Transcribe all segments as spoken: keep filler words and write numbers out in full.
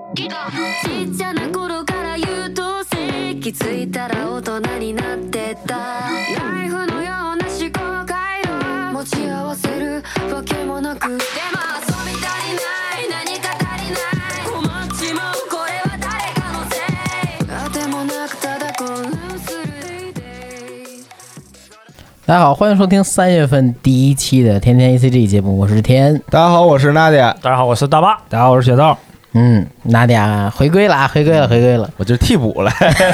ちっちゃな頃から優等生気づいたら大人になってたナイフのような思考回路持ち合わせるわけもなくでも遊び足りない何か足りない困っちまうこれは誰かのせいあてもなくただ混乱する大家好，欢迎收听三月份第一期的天天 A C G 节目，我是天。 大家好，我是娜迪亚。 大家好，我是大巴。 大家好，我是雪道。 嗯，娜迪亚回归了，回归了，回归了。 我就是替补了。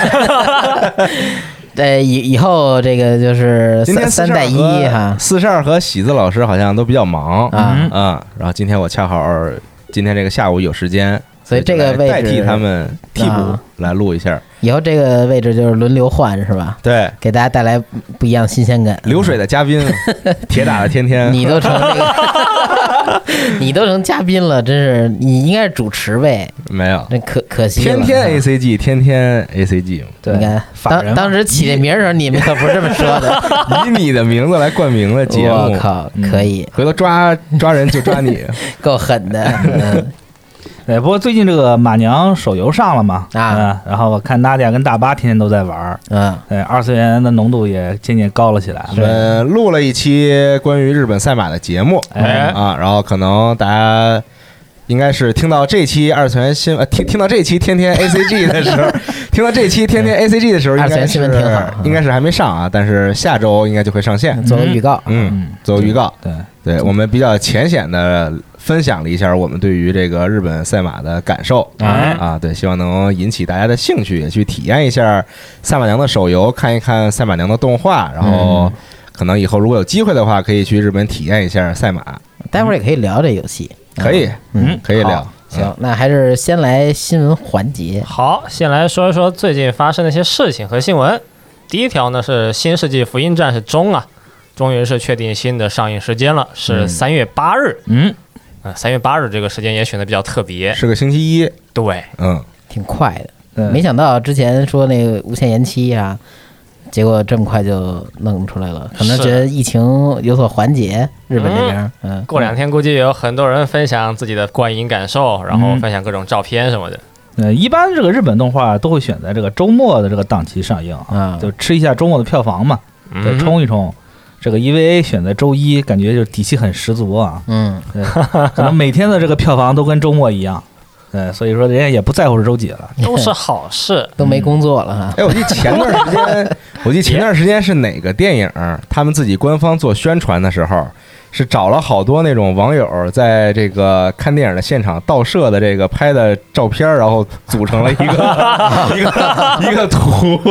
对，以以后这个就是今天三三带一哈。 四十二和喜子老师好像都比较忙啊嗯，然后今天我恰好今天这个下午有时间， 所以这个位置代替他们替补来录一下。啊、 以后这个位置就是轮流换是吧？ 对， 给大家带来不一样新鲜感。 流水的嘉宾，铁打的天天， 你都成这个，你都成嘉宾了，真是你应该是主持呗。 没有， 那可可惜了。 天天 A C G， 天天 A C G。 对，你看当当时起这名的时候，你们可不是这么说的， 以你的名字来冠名的节目。 我靠，可以， 回头抓抓人就抓你， 够狠的。嗯对，不过最近这个马娘手游上了嘛，啊、嗯，然后我看娜迪亚跟大巴天天都在玩， 嗯， 对，二次元的浓度也渐渐高了起来。 我们录了一期关于日本赛马的节目，哎啊，然后可能大家应该是听到这期二次元新呃听听到这期天天 A C G 的时候，听到这期天天 A C G 的时候，应该是应该是还没上啊，但是下周应该就会上线， 做个预告， 嗯，做个预告， 对对，我们比较浅显的分享了一下我们对于这个日本赛马的感受， 哎啊，对，希望能引起大家的兴趣，也去体验一下赛马娘的手游，看一看赛马娘的动画，然后可能以后如果有机会的话，可以去日本体验一下赛马。 待会儿也可以聊这游戏， 可以，嗯，可以聊。 行，那还是先来新闻环节。 好，先来说一说最近发生的一些事情和新闻。第一条呢是《新世纪福音战士中》啊，终于是确定新的上映时间了，是三月八日。 嗯， 呃，三月八日这个时间也选的比较特别， 是个星期一。 对， 嗯， 挺快的。没想到之前说那个无限延期啊，结果这么快就弄出来了。可能觉得疫情有所缓解，日本这边，嗯， 嗯过两天估计有很多人分享自己的观影感受，然后分享各种照片什么的。 呃，一般这个日本动画都会选在这个周末的这个档期上映啊，就吃一下周末的票房嘛，再冲一冲。这个 E V A 选在周一，感觉就底气很十足啊。 嗯， 对，可能每天的这个票房都跟周末一样。对，所以说人家也不在乎是周几了， 都是好事， 都没工作了哈。 哎，我记得前段时间，我记得前段时间是哪个电影，他们自己官方做宣传的时候，是找了好多那种网友在这个看电影的现场盗摄的这个拍的照片，然后组成了一个一个一个图。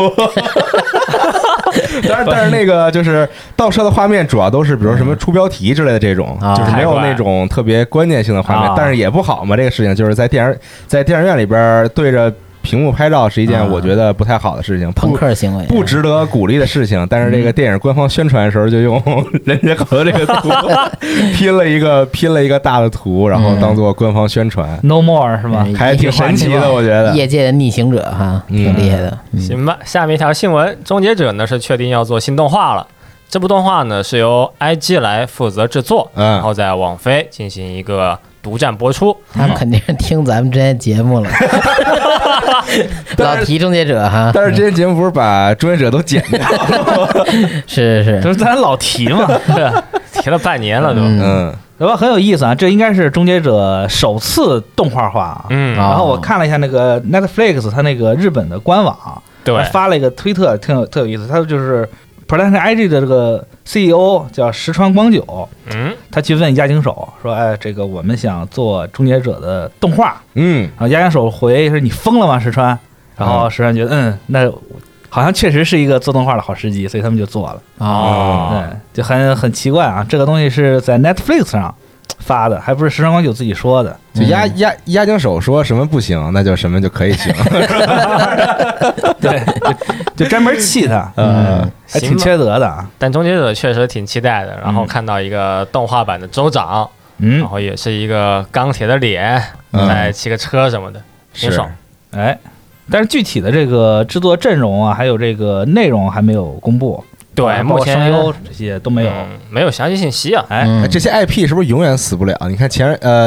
但是但是那个就是盗摄的画面主要都是比如什么出标题之类的这种， 嗯、 就是没有那种特别关键性的画面， 啊、 但是也不好嘛。这个事情就是在电影在电影院里边对着屏幕拍照是一件我觉得不太好的事情， 朋克行为， 不值得鼓励的事情。但是这个电影官方宣传的时候就用人家搞的这个图拼了一个拼了一个大的图，然后当做官方宣传。 No more 是吧？ 还挺神奇的，我觉得。 业界的逆行者哈，挺厉害的。 嗯、行吧，下面一条新闻，《终结者》呢是确定要做新动画了。这部动画呢是由 I G 来负责制作， 嗯， 然后在网飞进行一个独占播出。 他们肯定是听咱们之前节目了，老提终结者哈。 但是这些节目不是把终结者都剪掉了？ 是是是， 就是咱老提嘛， 提了半年了都。 嗯， 对吧？很有意思啊，这应该是终结者首次动画化。 嗯， 然后我看了一下那个 Netflix， 它那个日本的官网， 对， 发了一个推特，挺有特有意思。他就是 Production I G 的这个 C E O 叫石川光久， 嗯， 他去问押井守说：“哎，这个我们想做终结者的动画。” 嗯， 然后押井守回说：“你疯了吗，石川？”然后石川觉得，嗯，那好像确实是一个做动画的好时机，所以他们就做了。 哦， 对，就很很奇怪啊，这个东西是在 Netflix 上发的，还不是石川光久自己说的。 就押押押井守说什么不行，那就什么就可以行。 对，就, 就专门气他，嗯，还挺缺德的啊。 但终结者确实挺期待的，然后看到一个动画版的州长， 嗯， 然后也是一个钢铁的脸，再骑个车什么的，挺爽。 哎，但是具体的这个制作阵容啊，还有这个内容还没有公布。 对，目前声优这些都没有、 嗯，没有详细信息啊。 哎， 这些 I P 是不是永远死不了？你看前呃，就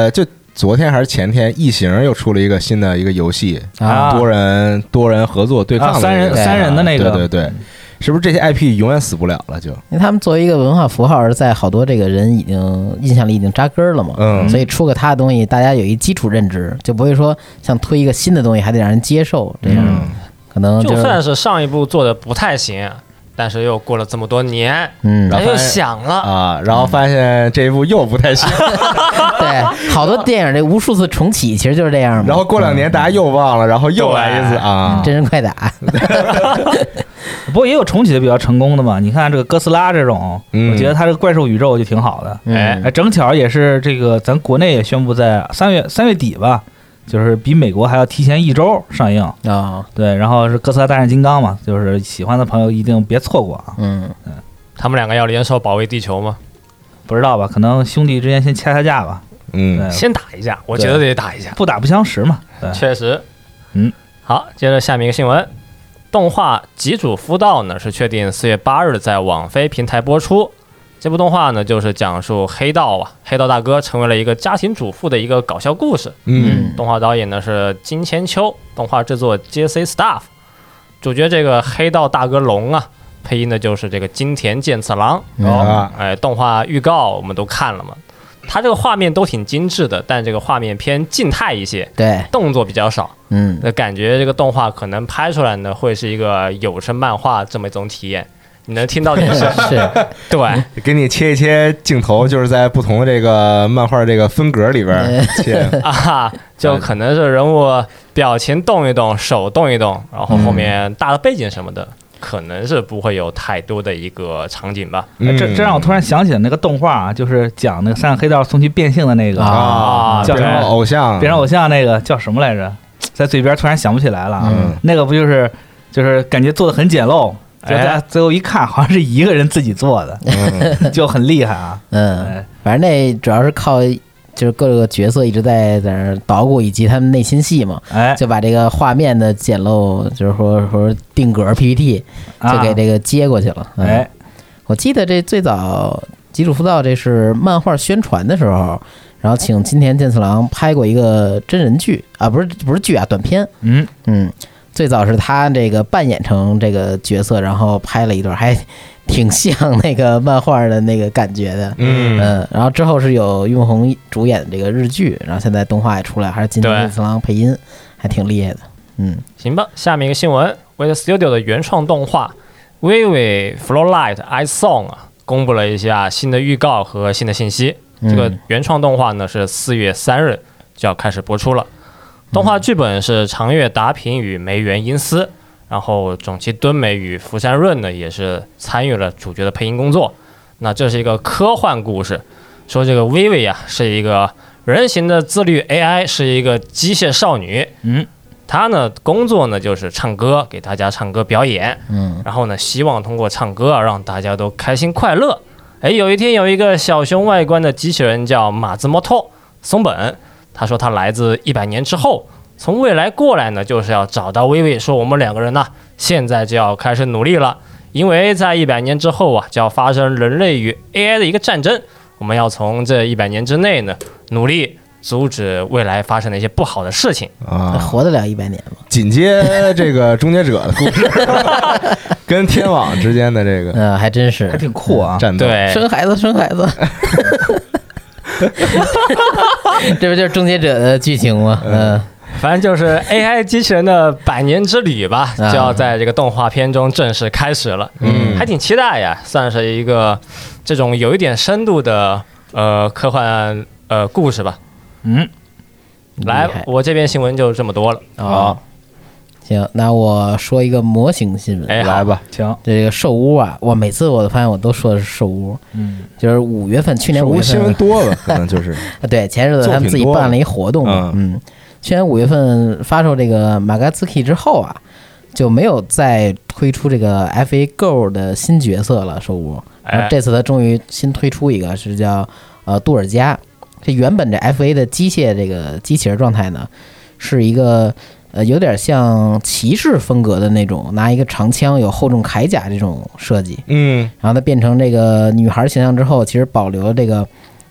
昨天还是前天，异形又出了一个新的一个游戏啊， 多人多人合作对抗的、 啊、三人三人的那个， 对对对。是不是这些 I P 永远死不了了？就因为他们作为一个文化符号，在好多这个人已经印象里已经扎根了嘛， 嗯， 所以出个他的东西，大家有一基础认知，就不会说像推一个新的东西还得让人接受这样，嗯、可能、就是、 就算是上一部做的不太行，但是又过了这么多年， 嗯， 然后又想了啊，然后发现这一部又不太行， 对，好多电影这无数次重启，其实就是这样嘛。 然后过两年大家又忘了，然后又来一次啊， 真人快打。 不过也有重启的比较成功的嘛，你看这个哥斯拉这种， 嗯、 我觉得它这个怪兽宇宙就挺好的。 哎、 嗯，正巧也是这个，咱国内也宣布在三月三月底吧，就是比美国还要提前一周上映啊。 哦、 对，然后是哥斯拉大战金刚嘛，就是喜欢的朋友一定别错过啊。 嗯嗯， 他们两个要联手保卫地球吗？ 不知道吧？可能兄弟之间先掐掐架吧。 嗯， 先打一架，我觉得得打一架， 不打不相识嘛。 确实。 嗯， 好，接着下面一个新闻。动画《极主夫道》呢是确定四月八日在网飞平台播出。这部动画呢就是讲述黑道啊，黑道大哥成为了一个家庭主妇的一个搞笑故事。 嗯， 动画导演呢是金千秋，动画制作 J C Staff。主角这个黑道大哥龙啊，配音的就是这个金田健次郎。 哦， 哎，动画预告我们都看了嘛。它这个画面都挺精致的，但这个画面偏静态一些， 对， 动作比较少， 嗯， 感觉这个动画可能拍出来呢会是一个有声漫画这么一种体验，你能听到点声， 是， 对， 给你切一切镜头，就是在不同的这个漫画这个分格里边切啊，就可能是人物表情动一动，手动一动，然后后面大的背景什么的。可能是不会有太多的一个场景吧。 嗯、这这让我突然想起了那个动画啊，就是讲那个三个黑道送去变性的那个啊， 叫什么偶像， 变成偶像那个叫什么来着？在嘴边突然想不起来了。 嗯， 那个不就是就是感觉做的很简陋，就大家最后一看好像是一个人自己做的，嗯、就很厉害啊。 嗯，反正那主要是靠。就是各个角色一直在在那捣鼓，以及他们内心戏嘛， 哎， 就把这个画面的简陋，就是说说定格 P P T 就给这个接过去了。 啊、哎、嗯， 我记得这最早极主夫道这是漫画宣传的时候，然后请金田健次郎拍过一个真人剧啊，不是不是剧啊，短片。 嗯嗯，最早是他这个扮演成这个角色，然后拍了一段，还挺像那个漫画的那个感觉的。 嗯嗯，然后之后是有岳宏主演这个日剧，然后现在动画也出来，还是金田健次郎配音，还挺厉害的。嗯， 行吧，下面一个新闻 ，Wit Studio 的原创动画《Vivi Flowlight Ice Song》啊，公布了一下新的预告和新的信息。这个原创动画呢是四月三日就要开始播出了。动画剧本是长月达平与梅原英司，然后种崎敦美与福山润呢也是参与了主角的配音工作。那这是一个科幻故事，说这个 Vivi 啊是一个人形的自律 A I， 是一个机械少女。 嗯， 她呢工作呢就是唱歌，给大家唱歌表演。 嗯， 然后呢希望通过唱歌啊让大家都开心快乐。哎，有一天有一个小熊外观的机器人叫马兹莫托松本，他说他来自一百年之后，从未来过来呢，就是要找到薇薇，说我们两个人呢，现在就要开始努力了，因为在一百年之后啊，就要发生人类与 A I 的一个战争，我们要从这一百年之内呢，努力阻止未来发生的一些不好的事情啊，活得了一百年吗？ 紧接这个终结者的故事，跟天网之间的这个， 嗯，还真是， 还挺酷啊， 战斗， 对， 生孩子，生孩子。这不就是终结者的剧情吗？嗯， 反正就是 A I 机器人的百年之旅吧，就要在这个动画片中正式开始了。 嗯， 还挺期待呀，算是一个这种有一点深度的呃科幻呃故事吧。 嗯， 来，我这边新闻就这么多了。 哦，行，那我说一个模型新闻， 哎， 来吧， 行。 这个兽屋啊，我每次我发现我都说的是兽屋， 嗯， 就是五月份，去年五月份新闻多了，可能就是对，前日子他们自己办了一活动嘛，嗯，去年五月份发售这个马嘎兹 Key 之后啊，就没有再推出这个 F A Go 的新角色了，兽屋。然后这次他终于新推出一个，是叫呃杜尔加。这原本这 F A 的机械这个机器人状态呢，是一个呃有点像骑士风格的那种，拿一个长枪，有厚重铠甲这种设计。 嗯， 然后它变成这个女孩形象之后，其实保留了这个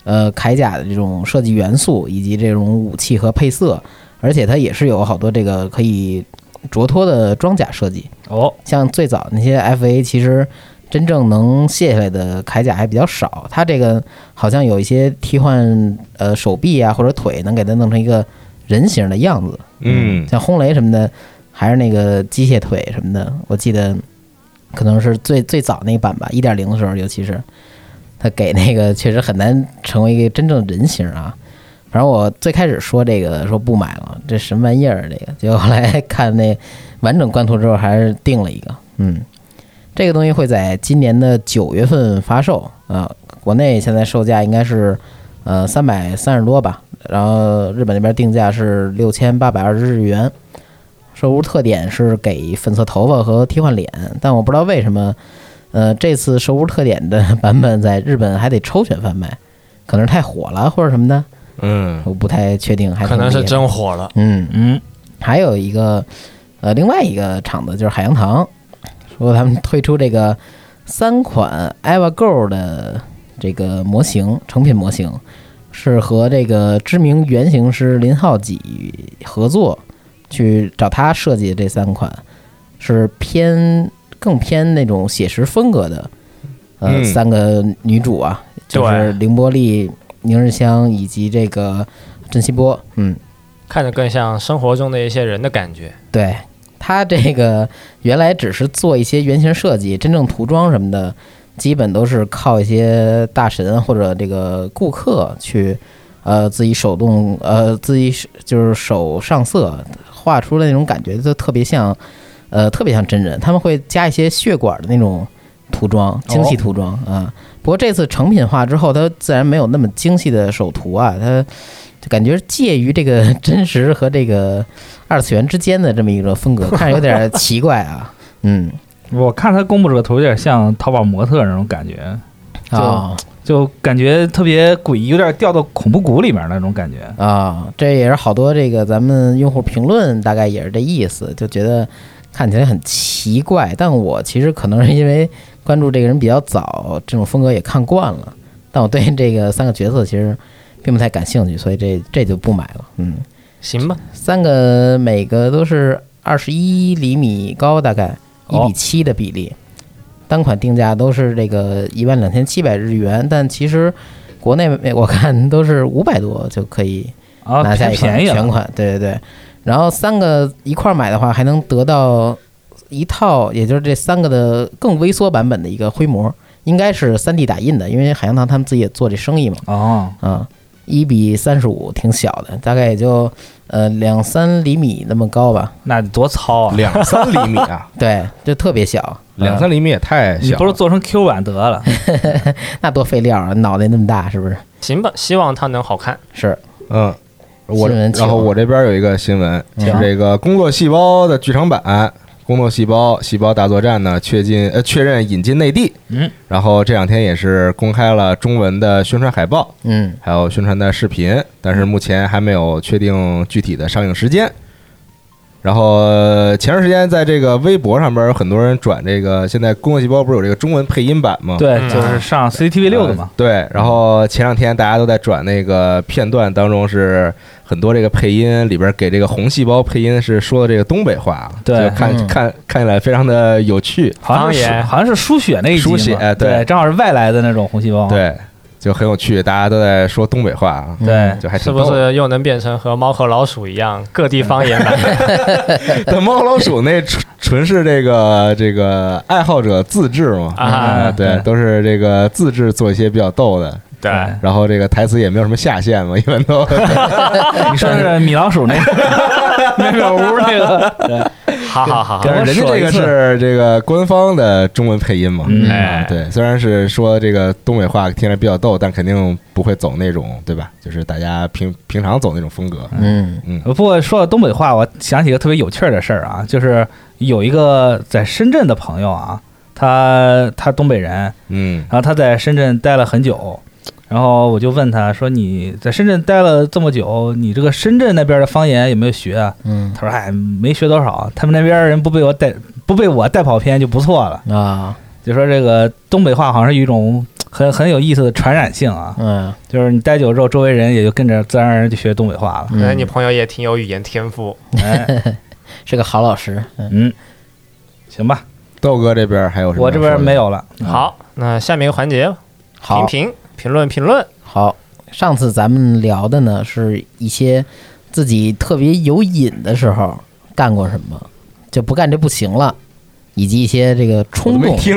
呃铠甲的这种设计元素以及这种武器和配色，而且它也是有好多这个可以着脱的装甲设计哦。 像最早那些 F A 其实真正能卸下来的铠甲还比较少，它这个好像有一些替换呃手臂啊或者腿能给它弄成一个人形的样子， 嗯， 像轰雷什么的还是那个机械腿什么的，我记得可能是最最早那一版吧 一点零 的时候，尤其是他给那个确实很难成为一个真正人形啊。反正我最开始说这个说不买了，这什么玩意儿这个，结果后来看那完整官图之后还是定了一个，嗯。这个东西会在今年的九月份发售啊、呃，国内现在售价应该是呃三百三十多吧，然后日本那边定价是六千八百二十日元。售屋特点是给粉色头发和替换脸，但我不知道为什么，呃，这次售屋特点的版本在日本还得抽选贩卖，可能是太火了或者什么的， 嗯， 我不太确定，还可能是真火了， 嗯嗯。还有一个呃另外一个厂子就是海洋堂。说他们推出这个三款 Eva Go 的这个模型成品模型，是和这个知名原型师林浩己合作去找他设计的。这三款是偏更偏那种写实风格的，呃， 嗯、 三个女主啊，就是凌波丽、宁日香以及这个真希波，嗯， 看着更像生活中的一些人的感觉， 对。他这个原来只是做一些原型设计，真正涂装什么的，基本都是靠一些大神或者这个顾客去，呃，自己手动，呃，自己就是手上色画出的那种感觉，就特别像，呃，特别像真人。他们会加一些血管的那种涂装，精细涂装啊。哦、不过这次成品化之后，它自然没有那么精细的手涂啊，它就感觉介于这个真实和这个二次元之间的这么一个风格，看着有点奇怪啊。嗯， 我看他公布这个图有点像淘宝模特那种感觉，就、哦、就感觉特别诡异，有点掉到恐怖谷里面那种感觉啊、哦。这也是好多这个咱们用户评论大概也是这意思，就觉得看起来很奇怪。但我其实可能是因为关注这个人比较早，这种风格也看惯了，但我对这个三个角色其实并不太感兴趣，所以这这就不买了。嗯， 行吧。 三个每个都是二十一厘米高，大概一比七的比例。单款定价都是这个一万两千七百日元，但其实国内我看都是五百多就可以拿下一款全款。对对对。然后三个一块买的话，还能得到一套，也就是这三个的更微缩版本的一个灰模，应该是 三 D 打印的，因为海洋堂他们自己也做这生意嘛。 哦， 啊，一比三十五，挺小的，大概也就呃两三厘米那么高吧。 那得多糙啊！ 两三厘米啊？ 对，就特别小， 两三厘米也太小了。 你不如做成 Q 版得了， 那多费料啊！脑袋那么大，是不是？ 行吧，希望它能好看。 是， 嗯。我然后我这边有一个新闻，是这个工作细胞的剧场版。工作细胞细胞大作战呢，确进呃确认引进内地， 嗯， 然后这两天也是公开了中文的宣传海报， 嗯， 还有宣传的视频，但是目前还没有确定具体的上映时间。然后前段时间在这个微博上边有很多人转这个，现在工作细胞不是有这个中文配音版吗？ 对，就是上 C C T V 六的嘛、 呃。对，然后前两天大家都在转那个片段当中是很多这个配音里边给这个红细胞配音是说的这个东北话， 对， 看、嗯、看看起来非常的有趣， 好像是好像是输血那一集输血，哎、 对，正好是外来的那种红细胞， 对。就很有趣，大家都在说东北话， 对， 就还挺是不是又能变成和猫和老鼠一样各地方言版？ 但猫和老鼠那纯是这个这个爱好者自制嘛， 啊， 对，都是这个自制做一些比较逗的， 对， 然后这个台词也没有什么下限嘛，一般都。 你说是米老鼠那个那个屋那个，对。 好好好， 人家这个是这个官方的中文配音嘛， 嗯， 对，虽然是说这个东北话听着比较逗，但肯定不会走那种，对吧？就是大家平平常走那种风格， 嗯嗯。不过说到东北话，我想起一个特别有趣的事儿啊，就是有一个在深圳的朋友啊，他他东北人， 嗯， 然后他在深圳待了很久。然后我就问他说：“你在深圳待了这么久，你这个深圳那边的方言有没有学啊？” 嗯， 他说：“哎，没学多少，他们那边人不被我带不被我带跑偏就不错了啊。” 就说这个东北话好像是一种很很有意思的传染性啊。 嗯， 就是你待久之后，周围人也就跟着自然而然就学东北话了。 可能你朋友也挺有语言天赋， 哎， 是个好老师。 嗯，行吧。 豆哥这边还有什么？ 我这边没有了。 好，那下面一个环节， 好， 评评评论评论。 好，上次咱们聊的呢是一些自己特别有瘾的时候干过什么，就不干这不行了，以及一些这个冲动。 没听，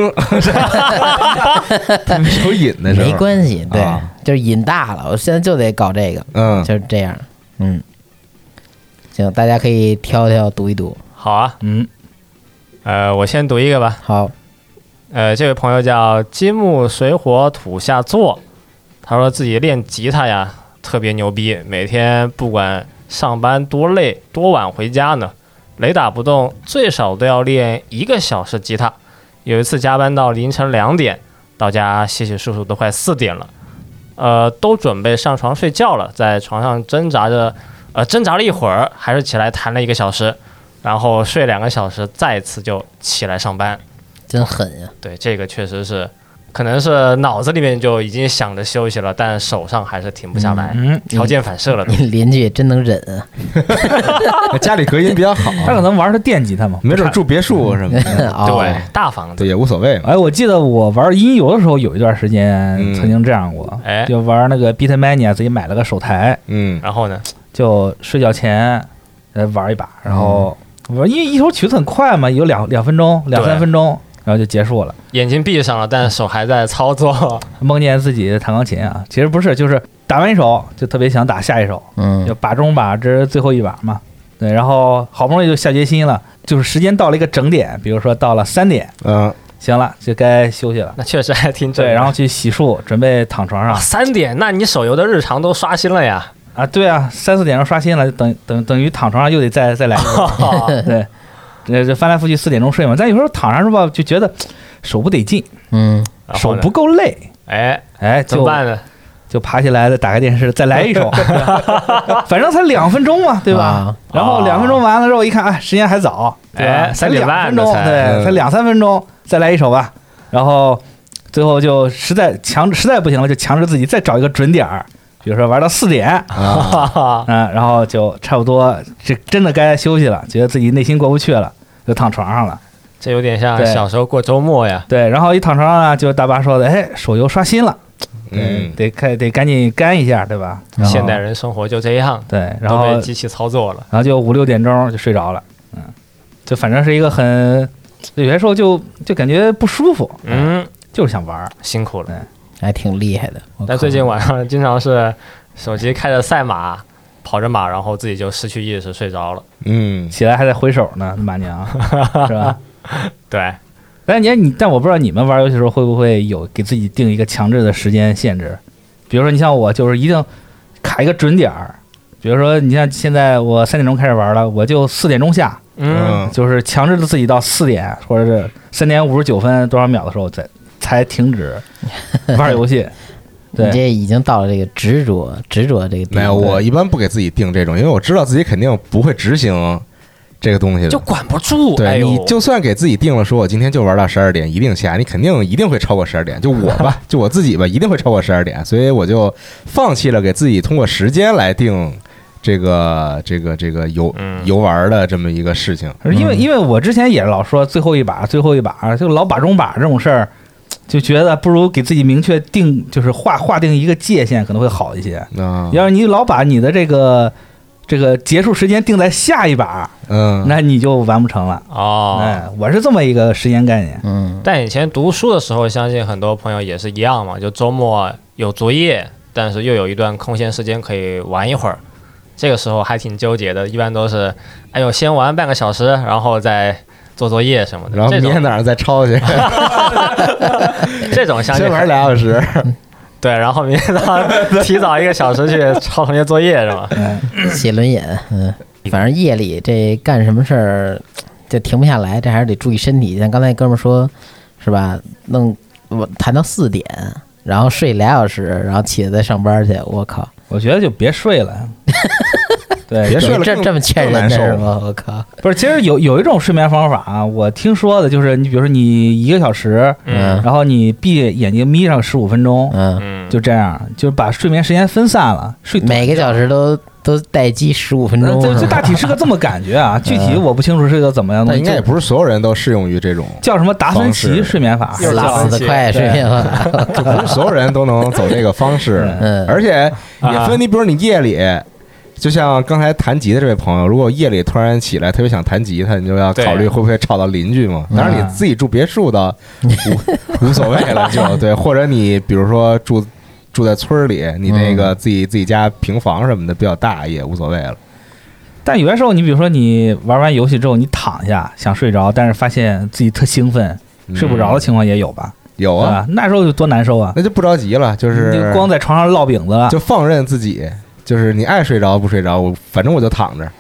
有瘾的时候没关系，对， 啊、 就是瘾大了，我现在就得搞这个， 嗯， 就是这样，嗯，行，大家可以挑挑读一读。 好啊， 嗯。 呃，我先读一个吧。 好， 呃，这位朋友叫金木水火土下坐，他说自己练吉他呀特别牛逼，每天不管上班多累多晚回家呢，雷打不动最少都要练一个小时吉他。有一次加班到凌晨两点，到家洗洗漱漱都快四点了，呃，都准备上床睡觉了，在床上挣扎着，呃，挣扎了一会儿，还是起来弹了一个小时。然后睡两个小时，再次就起来上班， 真狠呀！ 对，这个确实是，可能是脑子里面就已经想着休息了，但手上还是停不下来， 嗯， 条件反射了。 你邻居也真能忍啊！ 家里隔音比较好， 他可能玩的电吉他嘛， 没准住别墅什么的， 哦、 对，大房子对也无所谓嘛。 哎，我记得我玩音游的时候，有一段时间曾经这样过， 哎、 嗯，就玩那个 Beatmania， 自己买了个手台， 嗯， 然后呢， 就睡觉前呃玩一把，然后。嗯我因为一首曲子很快嘛，有两两分钟、两三分钟，然后就结束了。 眼睛闭上了，但手还在操作。 梦见自己弹钢琴啊，其实不是，就是打完一首就特别想打下一首， 嗯， 就把中把，这是最后一把嘛。对，然后好不容易就下决心了，就是时间到了一个整点，比如说到了三点， 嗯， 行了，就该休息了。 那确实还挺准。 对，然后去洗漱，准备躺床上。 啊、三点，那你手游的日常都刷新了呀？ 啊，对啊，三四点钟刷新了，等等等于躺床上又得再再来一个，对，这这翻来覆去四点钟睡嘛。但有时候躺上是吧，就觉得手不得劲， 嗯， 手不够累， 哎哎， 怎么办呢？ 就爬起来再打开电视再来一首，反正才两分钟嘛，对吧？啊、然后两分钟完了之后一看，哎，时间还早，对吧？ 哎、 才两分钟， 才对，才两三分钟，再来一首吧。然后最后就实在强实在不行了，就强制自己再找一个准点儿。比如说玩到四点啊、嗯，然后就差不多，这真的该休息了，觉得自己内心过不去了，就躺床上了。 这有点像小时候过周末呀。 对，然后一躺床上呢，就大巴说的，哎，手游刷新了，嗯，得开得赶紧干一下，对吧？ 现代人生活就这样， 对，然后都被机器操作了， 然后就五六点钟就睡着了，嗯，就反正是一个很，有些时候就就感觉不舒服，嗯，就是想玩， 辛苦了。 还挺厉害的， 但最近晚上经常是手机开着赛马，跑着马，然后自己就失去意识睡着了。 嗯，起来还在挥手呢，马娘是吧？ 对。 但你你，但我不知道你们玩游戏的时候会不会有给自己定一个强制的时间限制？比如说，你像我就是一定卡一个准点儿。比如说，你像现在我三点钟开始玩了，我就四点钟下，嗯，就是强制的自己到四点或者是三点五十九分多少秒的时候再。才停止玩游戏，对， 你这已经到了这个执着执着这个地没有，我一般不给自己定这种，因为我知道自己肯定不会执行这个东西的， 就管不住。 对、 哎、 你就算给自己定了，说我今天就玩到十二点，一定下，你肯定一定会超过十二点。就我吧，就我自己吧，一定会超过十二点，所以我就放弃了给自己通过时间来定。这个这个这个游游玩的这么一个事情， 因为因为我之前也老说最后一把最后一把，就老把中把这种事儿。就觉得不如给自己明确定，就是划划定一个界限可能会好一些。啊，要是你老把你的这个这个结束时间定在下一把，嗯，那你就完不成了。哦，哎，我是这么一个时间概念。 嗯，但以前读书的时候，相信很多朋友也是一样嘛，就周末有作业，但是又有一段空闲时间可以玩一会儿，这个时候还挺纠结的。一般都是，哎呦，先玩半个小时，然后再。做作业什么的， 然后明天早上再抄去。 这种相信先玩俩小时， 对，然后明天早上提早一个小时去抄同学作业是吧？ 写轮眼，嗯，反正夜里这干什么事儿就停不下来，这还是得注意身体。像刚才哥们说，是吧？弄我谈到四点，然后睡俩小时，然后起来再上班去。我靠！ 我觉得就别睡了。 对， 别睡了这这么欠人的是吗？我靠！ 不是，其实有有一种睡眠方法啊，我听说的就是你比如说你一个小时， 嗯， 然后你闭眼睛眯上十五分钟， 嗯， 就这样，就是把睡眠时间分散了，睡每个小时都都待机十五分钟， 这这大体是个这么感觉啊，具体我不清楚是个怎么样的。 那应该也不是所有人都适用于这种叫什么达芬奇睡眠法， 死死的快睡眠法， 就不是所有人都能走这个方式， 嗯， 而且也分你，比如你夜里。就像刚才弹吉的这位朋友，如果夜里突然起来特别想弹吉他，你就要考虑会不会吵到邻居嘛。当然你自己住别墅的无无所谓了，就对。或者你比如说住住在村里，你那个自己自己家平房什么的比较大，也无所谓了。 但有些时候，你比如说你玩完游戏之后，你躺下想睡着，但是发现自己特兴奋，睡不着的情况也有吧？ 有啊， 那时候就多难受啊！ 那就不着急了，就是你光在床上烙饼子了， 就放任自己。就是你爱睡着不睡着，我反正我就躺着。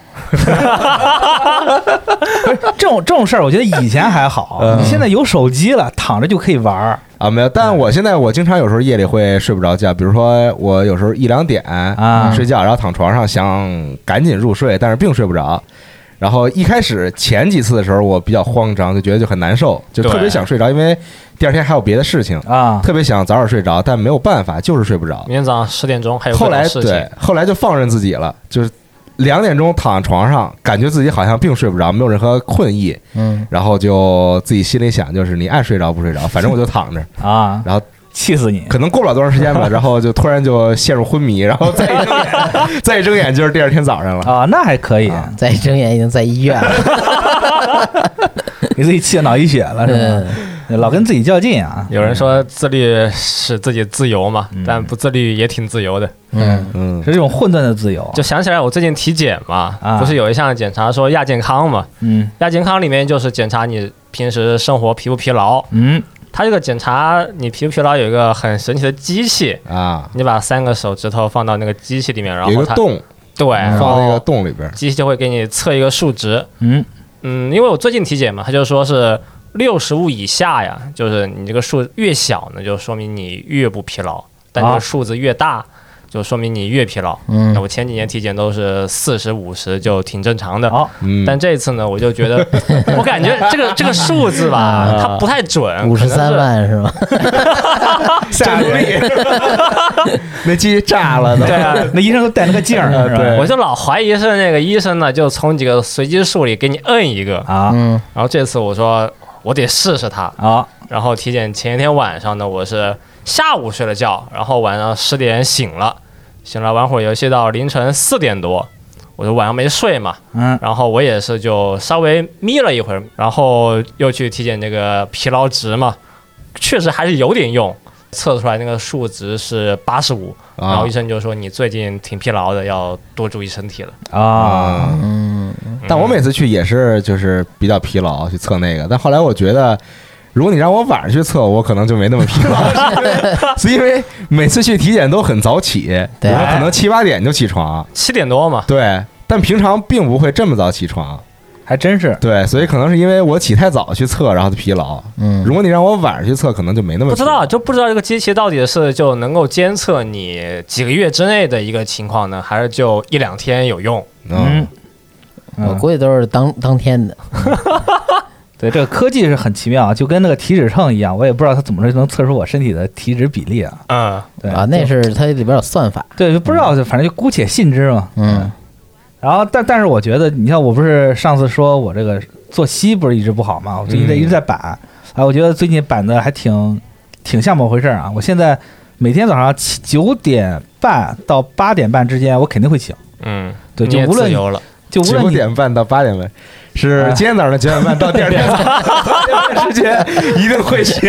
这种这种事儿，我觉得以前还好， 嗯、 你现在有手机了，躺着就可以玩啊。没有，但我现在我经常有时候夜里会睡不着觉，比如说我有时候一两点啊睡觉，然后躺床上想赶紧入睡，但是并睡不着。然后一开始前几次的时候，我比较慌张，就觉得就很难受，就特别想睡着，因为第二天还有别的事情啊， 特别想早点睡着，但没有办法，就是睡不着。 明天早上十点钟还有后来对，后来就放任自己了，就是两点钟躺床上，感觉自己好像并睡不着，没有任何困意， 嗯， 然后就自己心里想，就是你爱睡着不睡着，反正我就躺着啊， 然后。 气死你！ 可能过不了多长时间吧，然后就突然就陷入昏迷，然后再一睁眼，再一睁眼就是第二天早上了啊，那还可以，啊、 再一睁眼已经在医院了， 给自己气脑溢血了是吧？嗯、老跟自己较劲啊！ 有人说自律使自己自由嘛，嗯、但不自律也挺自由的。 嗯嗯，是这种混沌的自由。 就想起来我最近体检嘛， 啊、 不是有一项检查说亚健康嘛？ 嗯， 亚健康里面就是检查你平时生活疲不疲劳。 嗯。 它这个检查你疲不疲劳有一个很神奇的机器啊， 你把三个手指头放到那个机器里面，然后有一个洞， 对， 放到那个洞里边， 机器就会给你测一个数值。 嗯嗯，因为我最近体检嘛，他就说是六十五以下呀，就是你这个数越小呢，就说明你越不疲劳，但这个数字越大。啊就说明你越疲劳。 嗯， 那我前几年体检都是四十五十，就挺正常的。 好， 嗯， 但这次呢，我就觉得，我感觉这个这个数字吧，它不太准。 五十三万是吗？ 下努力，那机炸了都。 对啊， 那医生都戴那个镜儿， 对， 我就老怀疑是那个医生呢，就从几个随机数里给你摁一个啊。 嗯， 然后这次我说我得试试它啊。 然后体检前一天晚上呢，我是下午睡了觉，然后晚上十点醒了。醒了玩会儿游戏到凌晨四点多，我就晚上没睡嘛， 嗯， 然后我也是就稍微眯了一会儿，然后又去体检这个疲劳值嘛，确实还是有点用，测出来那个数值是八十五，然后医生就说你最近挺疲劳的，要多注意身体了啊， 嗯， 但我每次去也是就是比较疲劳去测那个，但后来我觉得。如果你让我晚上去测，我可能就没那么疲劳，是因为每次去体检都很早起， 对， 我可能七八点就起床， 七点多嘛， 对，但平常并不会这么早起床， 还真是， 对，所以可能是因为我起太早去测，然后就疲劳。 嗯， 如果你让我晚上去测，可能就没那么不知道，就不知道这个机器到底是就能够监测你几个月之内的一个情况呢，还是就一两天有用？ 嗯， 嗯我估计都是当当天的。 对，这个科技是很奇妙，就跟那个体脂秤一样，我也不知道它怎么能测出我身体的体脂比例啊。 嗯， 对啊，那是它里边有算法。 对，就不知道，就反正就姑且信之嘛。 嗯。 然后，但但是我觉得，你像我不是上次说我这个作息不是一直不好嘛，我最近在一直在板，啊、嗯，我觉得最近板的还挺挺像么回事啊。我现在每天早上七九点半到八点半之间，我肯定会醒。 嗯， 对，就无论就无论九点半到八点半。是今天早上的九点半到第二天早上八点半之间一定会醒，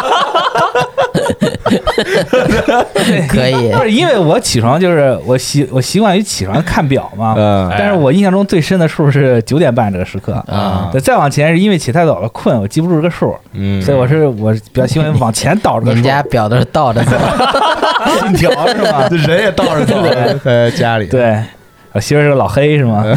可以。 不是因为我起床就是我习我习惯于起床看表嘛， 嗯， 但是我印象中最深的数是九点半这个时刻啊。 对，再往前是因为起太早了困，我记不住这个数， 嗯， 所以我是我比较喜欢往前倒着个数。 你们家表都是倒着走， 信条是吗？ 人也倒着走，在家里。 对，我媳妇是个老黑是吗？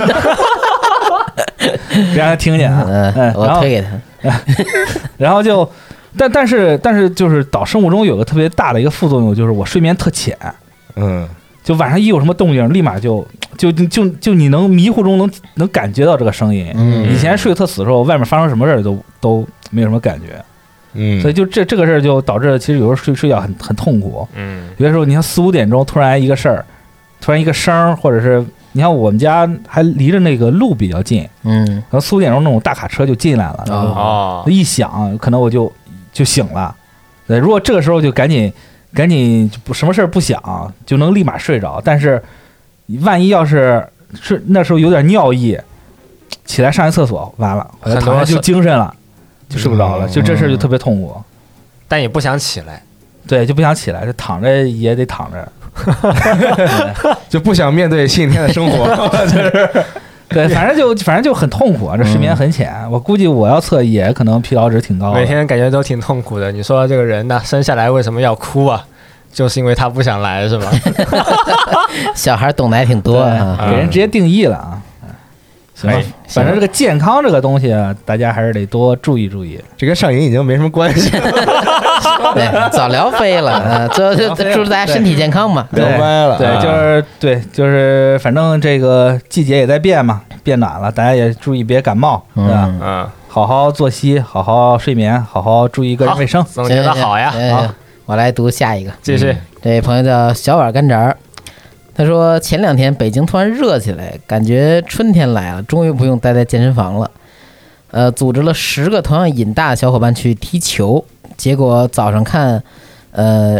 别让他听见啊！ 嗯，我推给他。 然后就，但但是但是就是导生物钟有个特别大的一个副作用，就是我睡眠特浅。 嗯， 就晚上一有什么动静，立马就就就就你能迷糊中能能感觉到这个声音。 嗯， 以前睡特死的时候，外面发生什么事儿都都没有什么感觉。 嗯， 所以就这这个事儿就导致其实有时候睡睡觉很很痛苦。 嗯， 有的时候你看四五点钟突然一个事儿，突然一个声儿，或者是你看我们家还离着那个路比较近， 嗯， 然后四五点钟那种大卡车就进来了，然后哦， 一响可能我就就醒了。对，如果这个时候就赶紧赶紧不什么事儿不想，就能立马睡着。但是万一要是是那时候有点尿意，起来上一厕所，完了，我躺下就精神了。就睡不着了，就这事儿就特别痛苦， 但也不想起来， 对，就不想起来，就躺着也得躺着， 就不想面对星期天的生活，就是对，反正就反正就很痛苦啊，这睡眠很浅，我估计我要测也可能疲劳值挺高的， 每天感觉都挺痛苦的。你说这个人呢，生下来为什么要哭啊？就是因为他不想来，是吧？ 小孩懂得还挺多啊， 给人直接定义了啊。行，反正这个健康这个东西啊，大家还是得多注意注意。 这跟上瘾已经没什么关系了， 对，早聊飞了，呃，最后就祝大家身体健康嘛。 聊歪了， 对，就是对，就是反正这个季节也在变嘛，变暖了，大家也注意别感冒，对吧？ 嗯， 好好作息，好好睡眠，好好注意个人卫生。 总结的好呀， 好，我来读下一个， 继续。 这位朋友叫小碗干炸。他说前两天北京突然热起来，感觉春天来了，终于不用待在健身房了。呃，组织了十个同样瘾大的小伙伴去踢球，结果早上看，呃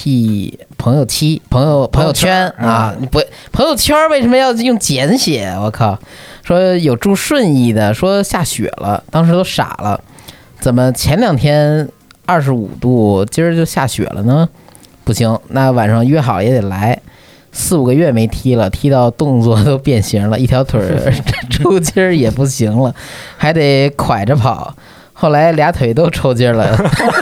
，P 朋友七朋友朋友圈啊，不朋友圈为什么要用简写？我靠，说有祝顺义的，说下雪了，当时都傻了，怎么前两天二十五度，今儿就下雪了呢？不行，那晚上约好也得来。四五个月没踢了，踢到动作都变形了，一条腿抽筋儿也不行了，还得蒯着跑。后来俩腿都抽筋了，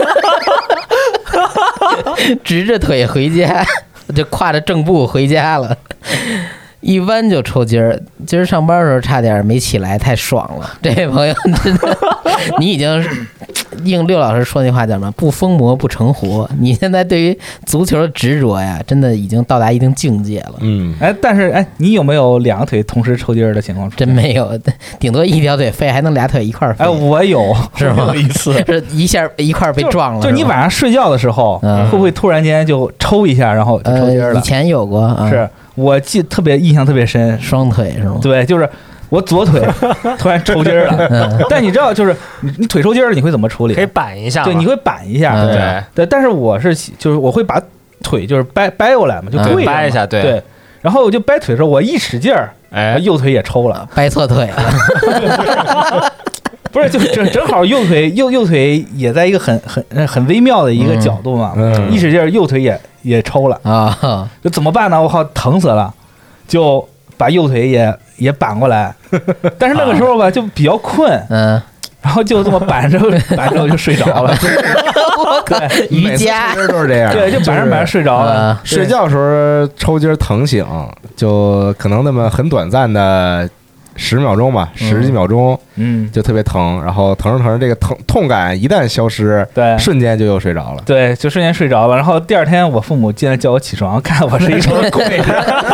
直着腿回家，就挎着正步回家了。一弯就抽筋儿，今儿上班的时候差点没起来，太爽了。这位朋友，真的，你已经应六老师说那话叫什么？不疯魔不成活。你现在对于足球的执着呀，真的已经到达一定境界了。 嗯， 哎，但是哎，你有没有两个腿同时抽筋儿的情况？ 真没有，顶多一条腿废，还能俩腿一块儿废。 哎，我有， 是吗？ 有一次是一下一块儿被撞了。 就你晚上睡觉的时候， 嗯、 会不会突然间就抽一下，然后就抽筋了？ 呃、以前有过，啊、 是。我记特别印象特别深， 双腿是吗？ 对，就是我左腿突然抽筋儿了，嗯、但你知道，就是你你腿抽筋儿，你会怎么处理？ 可以扳一下， 对，你会扳一下， 嗯、 对对。但是我是就是我会把腿就是掰掰过来嘛，就跪掰一下，对对。然后我就掰腿的时候，我一使劲儿，哎，右腿也抽了， 掰错腿了。 不是，就正正好右腿右右腿也在一个很很很微妙的一个角度嘛， 嗯、 一使劲儿右腿也也抽了啊， 就怎么办呢？我靠，疼死了，就把右腿也也扳过来，但是那个时候吧就比较困， 嗯， 然后就这么扳着扳着就睡着了。 我靠，瑜伽都是这样， 对，就扳着扳着睡着了。 睡觉的时候抽筋疼醒，就可能那么很短暂的。十秒钟吧，十几秒钟， 嗯， 就特别疼，然后疼着疼着，这个疼痛感一旦消失， 对， 瞬间就又睡着了， 对，就瞬间睡着了。然后第二天，我父母进来叫我起床，看我是一个跪着，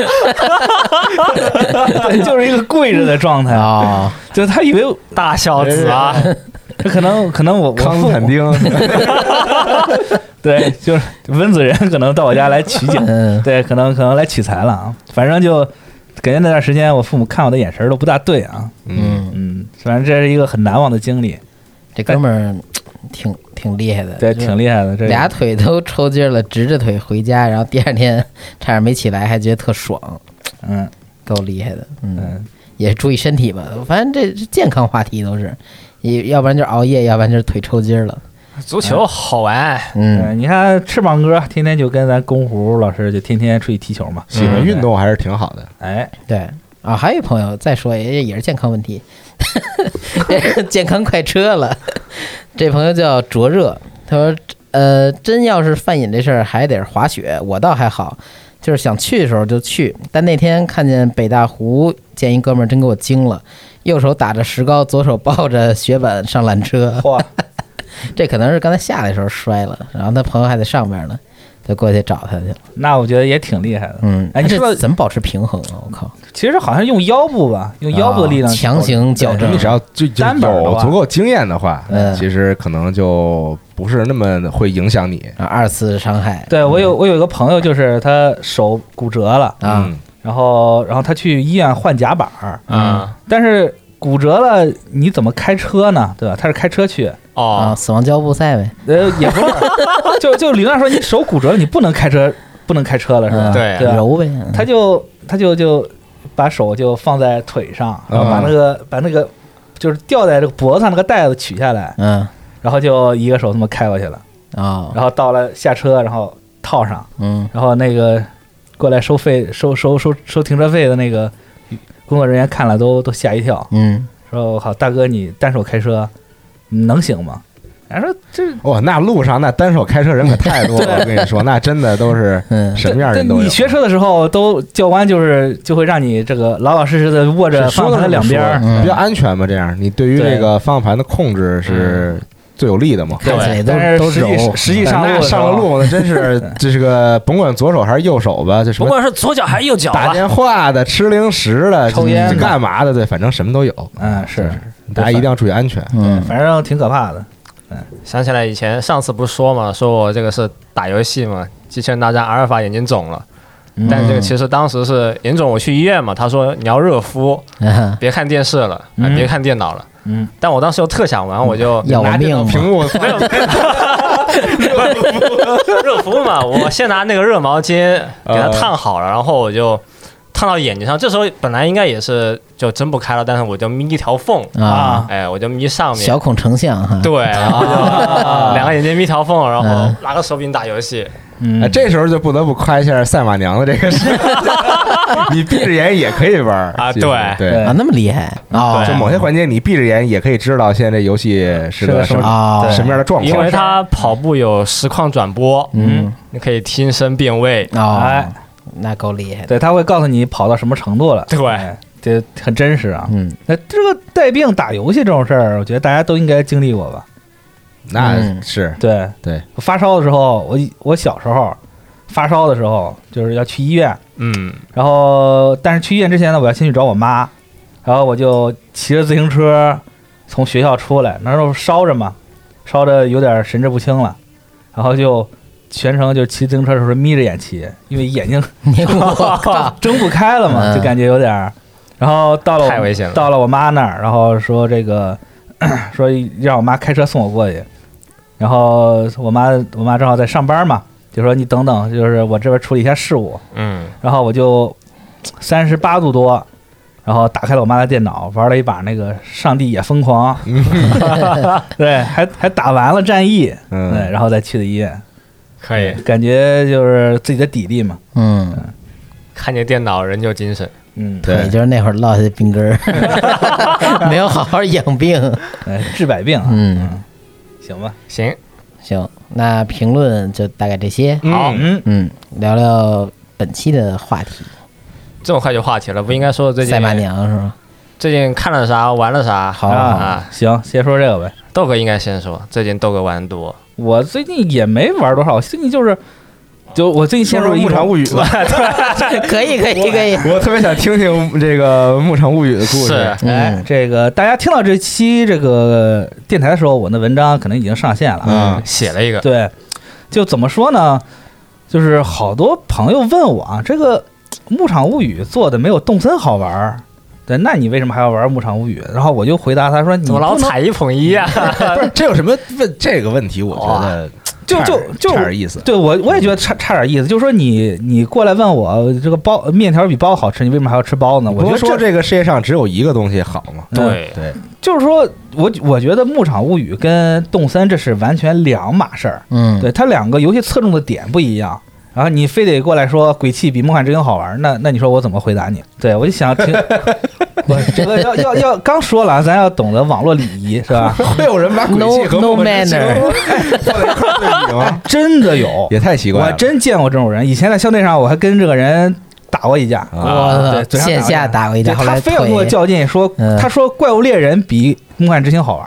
对，就是一个跪着的状态啊， 就他以为大孝子啊， 可能可能我康斯坦丁， 对，就是温子仁可能到我家来取景，对，可能可能来取材了啊，反正就。感觉那段时间，我父母看我的眼神都不大对啊。 嗯嗯，反正这是一个很难忘的经历。 这哥们儿挺挺厉害的， 对，挺厉害的。这俩腿都抽筋了，直着腿回家，然后第二天差点没起来，还觉得特爽。 嗯， 够厉害的。嗯，也注意身体吧。反正这健康话题都是，要不然就是熬夜，要不然就是腿抽筋了。 足球好玩， 嗯，你看翅膀哥天天就跟咱公虎老师就天天出去踢球嘛， 喜欢运动还是挺好的。 哎， 对啊，还有一朋友再说也也是健康问题，健康快车了。这朋友叫灼热，他说呃，真要是犯瘾这事儿还得是滑雪，我倒还好，就是想去的时候就去，但那天看见北大湖，见一哥们儿真给我惊了，右手打着石膏，左手抱着雪板上缆车。 哇！ 这可能是刚才下来的时候摔了，然后他朋友还在上面呢， 就过去找他去了。 那我觉得也挺厉害的。 嗯， 哎，你说怎么保持平衡啊？我靠， 其实好像用腰部吧，用腰部的力量强行矫正。 你只要就就有足够经验的话，其实可能就不是那么会影响你二次伤害。 对我有我有一个朋友，就是他手骨折了啊，然后然后他去医院换夹板儿啊，但是骨折了，你怎么开车呢？对吧？他是开车去。 哦，死亡交步赛呗？ 呃，也不是，就就理论上说，你手骨折了，你不能开车，不能开车了，是吧？ 对， 对， 揉呗。 他就他就就把手就放在腿上，然后把那个、嗯、把那个就是吊在这个脖子上那个带子取下来，嗯，然后就一个手这么开过去了啊、哦，然后到了下车，然后套上，嗯，然后那个过来收费收收收收停车费的那个工作人员看了都都吓一跳，嗯，说我靠，大哥你单手开车。能行吗？人说这哇，那路上那单手开车人可太多了，我跟你说，那真的都是什么样人都有。 你学车的时候，都教官就是就会让你这个老老实实的握着方向盘两边， 比较安全嘛。这样，你对于这个方向盘的控制是最有利的嘛。 对，但是实际实际上路上了路，那真是这是个甭管左手还是右手吧，这甭管是左脚还是右脚， 打电话的、吃零食的、 抽烟干嘛的，对，反正什么都有。 嗯，是。 大家一定要注意安全， 嗯，反正挺可怕的。 嗯，想起来以前上次不是说嘛，说我这个是打游戏嘛，机器人大战阿尔法眼睛肿了，嗯、但这个其实当时是眼肿，我去医院嘛，他说你要热敷，嗯、别看电视了，嗯、别看电脑了，嗯，但我当时又特想玩，我就要命， 屏幕没有热敷热敷嘛，我先拿那个热毛巾给它烫好了，然后我就。烫到眼睛上，这时候本来应该也是就睁不开了，但是我就眯一条缝啊，哎，我就眯上面， 小孔成像哈， 对，然后就两个眼睛眯条缝，然后拿个手柄打游戏。 嗯，这时候就不得不夸一下赛马娘的这个事，你闭着眼也可以玩啊，对对啊，那么厉害啊！就某些环节你闭着眼也可以知道现在这游戏是个什么什么样的状况， 因为它跑步有实况转播，嗯，你可以听声辨位啊。那够厉害的， 对，他会告诉你跑到什么程度了， 对， 这很真实啊。嗯，那这个带病打游戏这种事儿，我觉得大家都应该经历过吧？ 那是， 对对。 发烧的时候，我我小时候发烧的时候，就是要去医院，嗯，然后但是去医院之前呢，我要先去找我妈，然后我就骑着自行车从学校出来，那时候烧着嘛，烧着有点神志不清了，然后就。全程就骑自行车的时候眯着眼骑，因为眼睛睁不开了嘛，就感觉有点。然后到了太危险了， 到了我妈那儿，然后说这个说让我妈开车送我过去。然后我妈我妈正好在上班嘛，就说你等等，就是我这边处理一下事务。嗯。然后我就三十八度多，然后打开了我妈的电脑，玩了一把那个《上帝也疯狂》，对，还还打完了战役，嗯，对，然后再去的医院。 可以， 感觉就是自己的底力嘛。嗯， 看见电脑人就精神。 嗯， 对，就是那会儿落下的病根儿，没有好好养病， 哎，治百病。嗯，行吧， 行行，那评论就大概这些。 好， 嗯嗯，聊聊本期的话题。 这么快就话题了，不应该说最近赛马娘是吧？ 最近看了啥，玩了啥？ 好啊， 行，先说这个呗。 豆哥应该先说，最近豆哥玩多。 我最近也没玩多少，最近就是，就我最近先说《牧场物语》吧， 可以可以可以， 我特别想听听这个《牧场物语》的故事。 哎，这个大家听到这期这个电台的时候，我的文章可能已经上线了， 嗯，写了一个。 对，就怎么说呢？就是好多朋友问我啊，这个《牧场物语》做的没有动森好玩。对，那你为什么还要玩《牧场物语》？然后我就回答他说：“你怎么老踩一捧一啊？ 不是，这有什么问这个问题？我觉得就就就差点意思。 对我我也觉得差差点意思。就是说你你过来问我这个包面条比包好吃，你为什么还要吃包呢？我觉得说这个世界上只有一个东西好嘛。 对对， 就是说我我觉得《牧场物语》跟动森这是完全两码事儿。嗯，对，它两个游戏侧重的点不一样。”然后你非得过来说鬼泣比梦幻之星好玩，那那你说我怎么回答你？对我就想听，这个要要要刚说了，咱要懂得网络礼仪是吧？ 会有人把鬼泣和梦幻之星放在一块对比吗？ 真的有， 也太奇怪了， 我还真见过这种人。以前在校内上我还跟这个人打过一架， 我对线下打过一架， 他非要跟我较劲说，他说怪物猎人比梦幻之星好玩。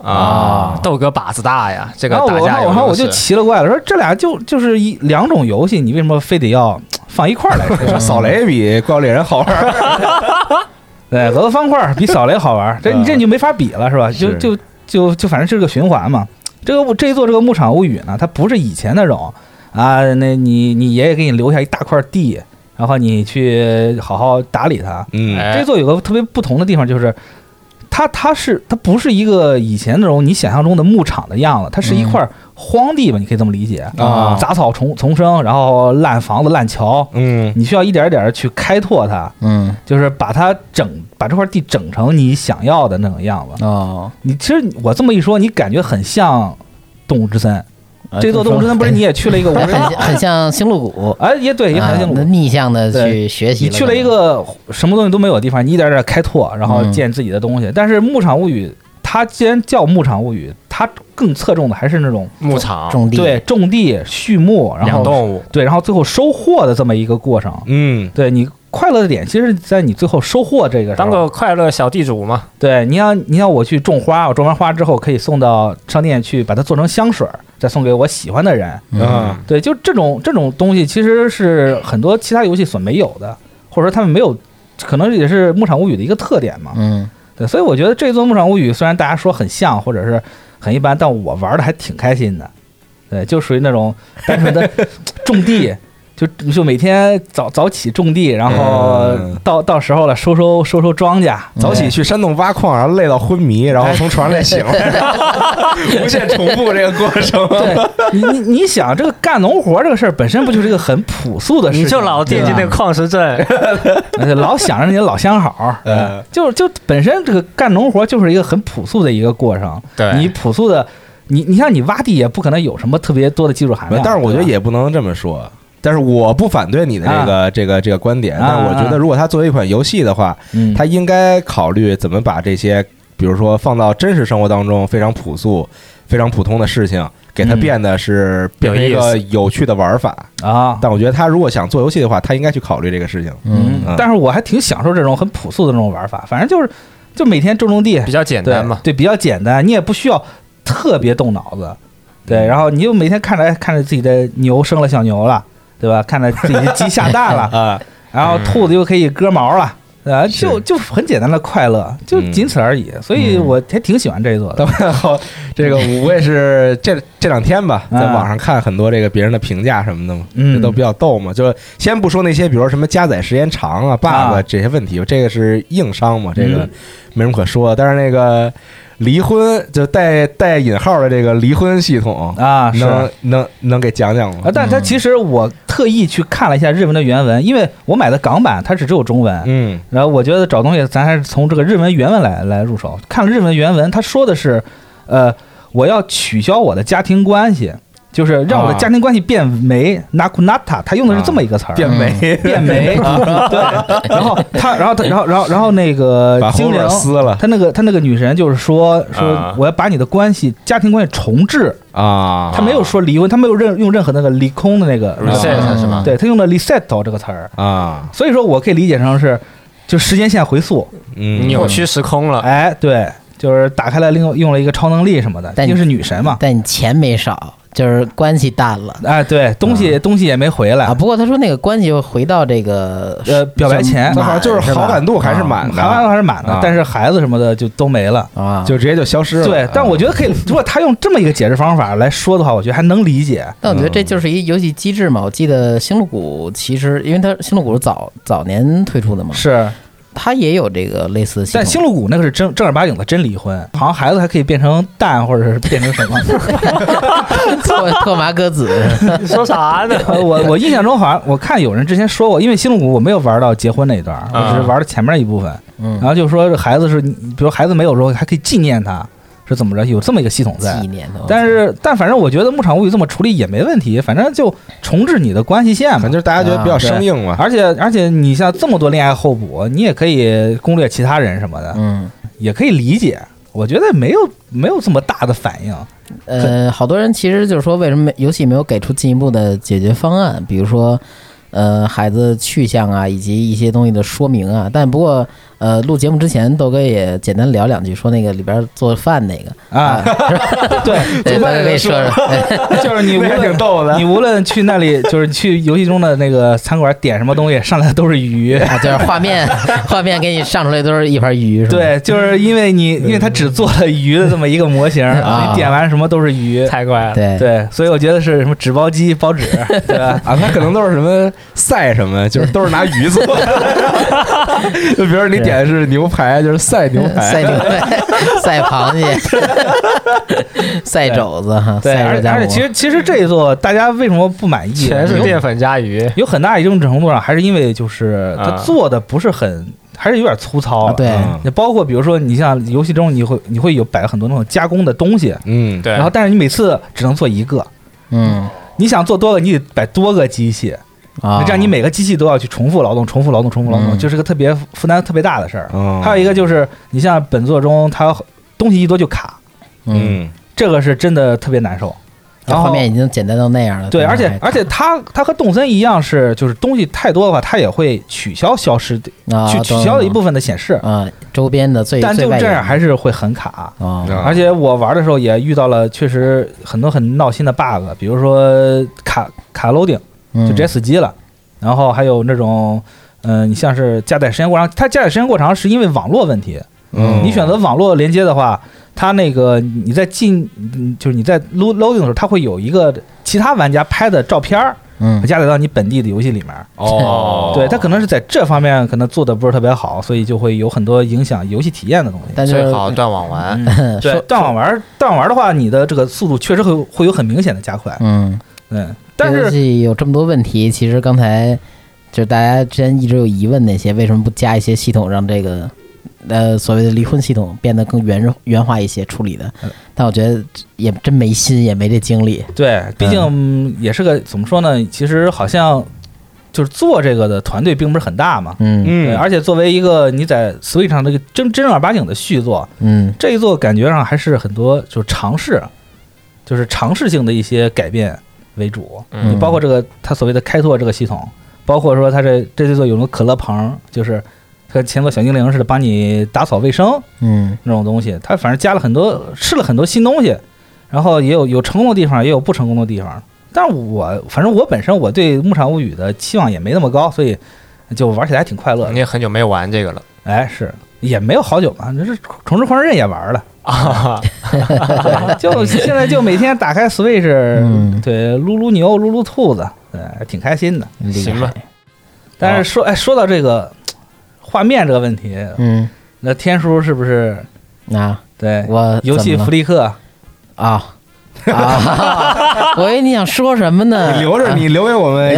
啊，豆哥把子大呀，这个打架有然后我就奇了怪了，说这俩就就是一两种游戏，你为什么非得要放一块儿来说？ 扫雷比怪物猎人好玩。 对，俄罗方块比扫雷好玩，这你这你就没法比了，是吧？就就就就反正是个循环嘛。这个这一座这个牧场物语呢，它不是以前那种啊，那你你爷爷给你留下一大块地，然后你去好好打理它。 嗯， 这一座有个特别不同的地方，就是它它是它不是一个以前那种你想象中的牧场的样子，它是一块荒地吧，你可以这么理解啊， 杂草丛丛生，然后烂房子烂桥， 嗯， 你需要一点一点的去开拓它， 嗯， 就是把它整把这块地整成你想要的那种样子。 哦， 你其实我这么一说，你感觉很像动物之森。这座动物之森不是你也去了一个无人很很像星露谷， 哎，也对，也很像星露谷， 逆向的去学习。 你去了一个什么东西都没有的地方，你一点点开拓，然后建自己的东西。但是牧场物语，它既然叫牧场物语，它更侧重的还是那种牧场种地， 对，种地、畜牧，然后养动物， 对，然后最后收获的这么一个过程。 嗯， 对你快乐的点，其实在你最后收获这个， 当个快乐小地主嘛。 对，你要你要我去种花，我种完花之后可以送到商店去，把它做成香水，再送给我喜欢的人。 嗯， 对，就这种这种东西，其实是很多其他游戏所没有的，或者说他们没有，可能也是牧场物语的一个特点嘛。 嗯， 对，所以我觉得这座牧场物语虽然大家说很像，或者是很一般，但我玩的还挺开心的。对，就属于那种单纯的种地。就就每天早早起种地，然后到到时候了收收收收庄稼， 早起去山洞挖矿，然后累到昏迷，然后从床上醒来，无限重复这个过程。 对，你你你想，这个干农活这个事儿本身不就是一个很朴素的事情？ 你就老惦记那个矿石镇， 老想着那些老相好， 嗯， 就就本身这个干农活就是一个很朴素的一个过程。 对， 你朴素的，你你像你挖地也不可能有什么特别多的技术含量。 但是我觉得也不能这么说。但是我不反对你的这个、啊、这个这个观点，但是我觉得如果它作为一款游戏的话， 嗯， 它应该考虑怎么把这些，比如说放到真实生活当中非常朴素、非常普通的事情，给它变得是变成一个有趣的玩法啊。 但我觉得他如果想做游戏的话，他应该去考虑这个事情。 嗯，嗯但是我还挺享受这种很朴素的这种玩法，反正就是就每天种种地， 比较简单嘛， 对，对，比较简单，你也不需要特别动脑子，对，然后你就每天看着看着自己的牛生了小牛了。对吧？看着自己的鸡下蛋了啊，然后兔子又可以割毛了，啊，就就很简单的快乐，就仅此而已。所以我还挺喜欢这一座的。 好，这个我也是这这两天吧，在网上看很多这个别人的评价什么的嘛，这都比较逗嘛。就先不说那些，比如说什么加载时间长啊、bug 这些问题，这个是硬伤嘛，这个没什么可说。但是那个。离婚就带带引号的这个离婚系统啊， 能能能给讲讲吗？ 啊，但它其实我特意去看了一下日文的原文，因为我买的港版它是只有中文， 嗯， 然后我觉得找东西咱还是从这个日文原文来来入手。看了日文原文，他说的是，呃，我要取消我的家庭关系。就是让我的家庭关系变没 nakunata， 他用的是这么一个词儿， 变没变没，对。然后他，然后他，然后然后然后那个精灵撕了， 他那个他那个女神就是说说我要把你的关系家庭关系重置啊， 他没有说离婚，他没有任用任何那个离空的那个 reset 是吗？ 对他用的 reset 这个词儿啊， 所以说我可以理解成是就时间线回溯， 嗯， 扭曲时空了， 哎，对，就是打开了另用了一个超能力什么的，毕竟是女神嘛， 但你钱没少。就是关系淡了， 哎，对，东西、嗯、东西也没回来啊。不过他说那个关系又回到这个呃表白前， 好像就是好感度还是满的， 好感度还是满的，啊、但是孩子什么的就都没了啊， 就直接就消失了。 对，但我觉得可以，如果他用这么一个解释方法来说的话，我觉得还能理解。 但我觉得这就是一游戏机制嘛。我记得星露谷其实，因为它星露谷是早早年推出的嘛， 是。 他也有这个类似的系统， 但星露谷那个是正正儿八经的真离婚，好像孩子还可以变成蛋，或者是变成什么特特麻鸽子。 你说啥呢？ 我我印象中好像我看有人之前说过，因为星露谷我没有玩到结婚那一段，我只是玩了前面一部分，嗯，然后就说孩子是，比如孩子没有时候还可以纪念他。是怎么着？有这么一个系统在，但是但反正我觉得《牧场物语》这么处理也没问题，反正就重置你的关系线嘛， 反正就是大家觉得比较生硬嘛。 而且而且你像这么多恋爱候补，你也可以攻略其他人什么的，嗯，也可以理解。我觉得没有没有这么大的反应。 呃，好多人其实就是说，为什么游戏没有给出进一步的解决方案？比如说。呃，孩子去向啊，以及一些东西的说明啊，但不过， 呃，录节目之前，豆哥也简单聊两句，说那个里边做饭那个啊，对， 对，豆哥可以说说， 就是你无论挺逗的， 你无论去那里，就是去游戏中的那个餐馆点什么东西，上来都是鱼， 啊，就是画面画面给你上出来都是一盘鱼，是吧？ 对，就是因为你因为他只做了鱼的这么一个模型， 啊、 你点完什么都是鱼， 太怪了。 对对，所以我觉得是什么纸包鸡包纸，对吧？ 啊，他可能都是什么赛什么，就是都是拿鱼做的。就比如说你点的是牛排，就是赛牛排、 赛牛排、赛螃蟹、赛肘子哈。 对，而且而且其实其实这一座大家为什么不满意？ 全是淀粉加鱼， 有很大一定程度上还是因为就是他做的不是很，还是有点粗糙。 对， 也包括比如说你像游戏中你会你会有摆很多那种加工的东西， 嗯， 对， 然后但是你每次只能做一个， 嗯， 你想做多个，你得摆多个机器。啊，这样你每个机器都要去重复劳动，重复劳动，重复劳动， 嗯、 就是个特别负担特别大的事儿。 嗯、 还有一个就是，你像本作中，它东西一多就卡， 嗯， 这个是真的特别难受。 然后画面已经简单到那样了。 对，而且而且它它和动森一样是，就是东西太多的话，它也会取消消失， 啊、 去取消一部分的显示啊，周边的最但就这样还是会很卡啊。 而且我玩的时候也遇到了确实很多很闹心的 bug， 比如说卡卡 loading 就直接死机了。然后还有那种，嗯、呃，你像是加载时间过长，它加载时间过长是因为网络问题。 嗯， 你选择网络连接的话，它那个你在进，就是你在 loading 的时候，它会有一个其他玩家拍的照片儿， 嗯， 加载到你本地的游戏里面。 哦， 对，它可能是在这方面可能做的不是特别好，所以就会有很多影响游戏体验的东西。 但是最好断网玩。 嗯、对，断网玩，断网玩的话，你的这个速度确实会会有很明显的加快。 嗯， 对。但是游戏有这么多问题，其实刚才就是大家之前一直有疑问，那些为什么不加一些系统，让这个呃所谓的离婚系统变得更圆圆滑一些处理的？但我觉得也真没心，也没这精力。 对，毕竟也是个、嗯、怎么说呢？其实好像就是做这个的团队并不是很大嘛。 嗯嗯。而且作为一个你在 Switch 上这个真真正儿八经的续作， 嗯， 这一作感觉上还是很多就是尝试，就是尝试性的一些改变为主。 嗯， 包括这个它所谓的开拓这个系统，包括说它这这座有个可乐棚，就是和前作小精灵似的帮你打扫卫生， 嗯， 那种东西，它反正加了很多，试了很多新东西，然后也有有成功的地方，也有不成功的地方。但是我反正我本身我对《牧场物语》的期望也没那么高，所以就玩起来还挺快乐的。 你也很久没玩这个了， 哎，是也没有好久吧？这是重置狂人也玩了。 啊， 对，就现在就每天打开 Switch，、 嗯、 对，撸撸牛、撸撸兔子，对，挺开心的。 行吧。 但是说，哎，说到这个画面这个问题， 嗯， 那天叔是不是啊？ 对， 我游戏福利课啊啊！我以为你想说什么呢？ 你留着，你留给我们。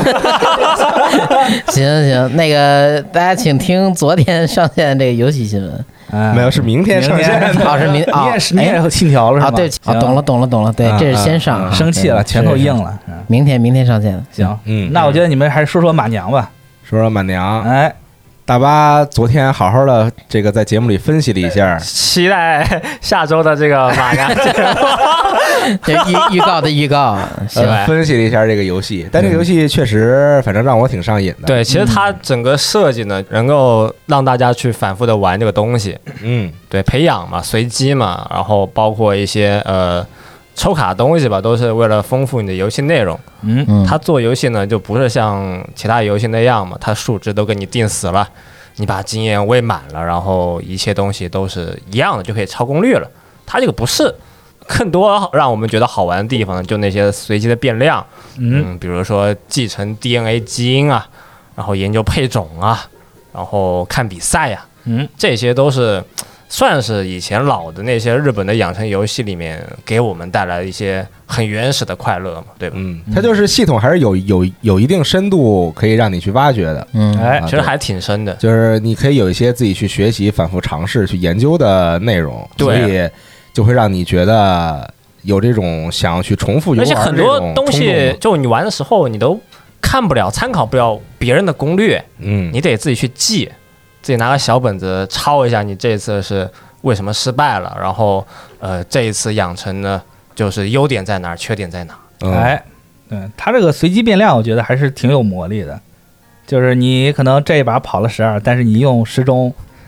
行行，那个大家请听昨天上线这个游戏新闻。 啊、 没有，是明天上线的。 哦，是明， 你也是，你也信条了是吧？ 啊，对不起，啊，懂了，懂了，懂了。对，这是先上， 啊、生气了，拳头硬了。 明天，明天上线。 行， 嗯， 那我觉得你们还是说说马娘吧。 说说马娘， 哎， 大巴昨天好好的这个在节目里分析了一下， 期待下周的这个马娘节目。 对，预预告的预告， 呃，分析了一下这个游戏，但这个游戏确实，反正让我挺上瘾的。 对，其实它整个设计呢，能够让大家去反复的玩这个东西。 嗯， 对，培养嘛，随机嘛，然后包括一些呃抽卡的东西吧，都是为了丰富你的游戏内容。 嗯， 它做游戏呢，就不是像其他游戏那样嘛，它数值都给你定死了，你把经验喂满了，然后一切东西都是一样的，就可以超攻略了。它这个不是。更多让我们觉得好玩的地方，就那些随机的变量，嗯，嗯比如说继承 D N A 基因啊，然后研究配种啊，然后看比赛呀、啊， 嗯， 这些都是算是以前老的那些日本的养成游戏里面给我们带来一些很原始的快乐嘛，对吧？ 嗯，它就是系统还是有有有一定深度可以让你去挖掘的， 嗯， 哎，其实还挺深的， 就是你可以有一些自己去学习、反复尝试、去研究的内容，所以。就会让你觉得有这种想要去重复游玩， 而且很多东西就你玩的时候你都看不了、参考不了别人的攻略， 嗯， 你得自己去记，自己拿个小本子抄一下，你这次是为什么失败了，然后呃这一次养成呢，就是优点在哪儿，缺点在哪儿。 嗯、 哎，对，它这个随机变量，我觉得还是挺有魔力的。就是你可能这一把跑了十二，但是你用时钟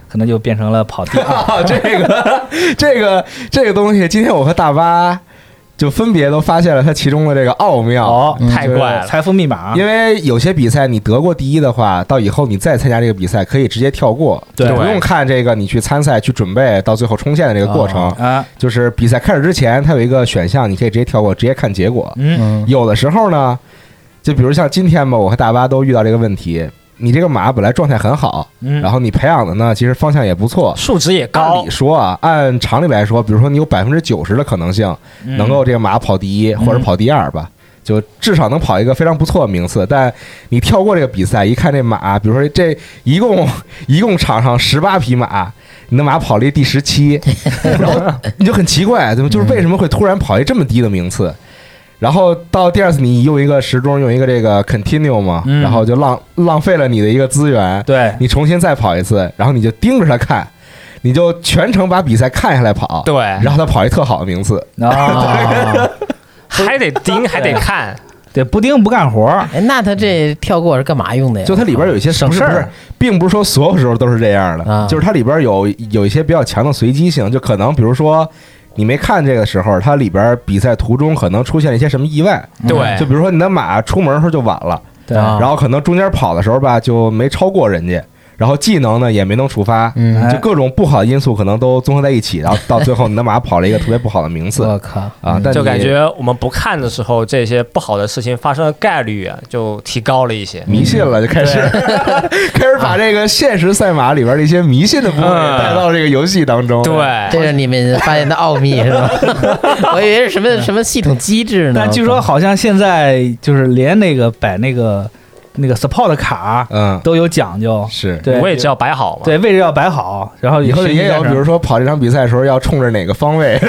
可能就变成了跑第二。 这个这个这个东西，今天我和大巴就分别都发现了它其中的这个奥妙。 哦， 太怪了！ 财富密码， 因为有些比赛你得过第一的话，到以后你再参加这个比赛可以直接跳过， 对， 不用看这个你去参赛去准备到最后冲线的这个过程啊。 就是比赛开始之前，它有一个选项，你可以直接跳过，直接看结果。 嗯， 有的时候呢，就比如像今天吧，我和大巴都遇到这个问题。你这个马本来状态很好， 嗯， 然后你培养的呢，其实方向也不错， 数值也高。 按理说啊，按常理来说，比如说你有百分之九十的可能性能够这个马跑第一、 嗯、 或者跑第二吧，就至少能跑一个非常不错的名次。但你跳过这个比赛，一看这马，比如说这一共一共场上十八匹马，你的马跑了一第十七，然后你就很奇怪，怎么就是为什么会突然跑一这么低的名次？然后到第二次你用一个时钟，用一个这个 continue 嘛， 嗯、 然后就浪浪费了你的一个资源， 对， 你重新再跑一次，然后你就盯着他看，你就全程把比赛看下来跑， 对， 然后他跑一特好的名次， 啊， 还得盯，还得看， 对，不盯不干活。 哎，那他这跳过是干嘛用的呀？ 就它里边有一些省事儿， 并不是说所有时候都是这样的， 啊、 就是它里边有有一些比较强的随机性，就可能比如说。你没看这个时候，它里边比赛途中可能出现了一些什么意外， 对， 就比如说你的马出门的时候就晚了， 对， 然后可能中间跑的时候吧就没超过人家，然后技能呢也没能触发， 嗯， 就各种不好的因素可能都综合在一起，然后到最后你的马跑了一个特别不好的名次， 我靠啊！但就感觉我们不看的时候，这些不好的事情发生的概率啊就提高了一些， 迷信了，就开始开始把这个现实赛马里边的一些迷信的部分带到这个游戏当中。 对， 这是你们发现的奥秘是吧？我以为是什么什么系统机制呢？ 但据说好像现在就是连那个摆那个。那个 support 卡， 嗯， 都有讲究， 是， 对， 位置要摆好嘛， 对，位置要摆好，然后以后也有，比如说跑这场比赛的时候要冲着哪个方位，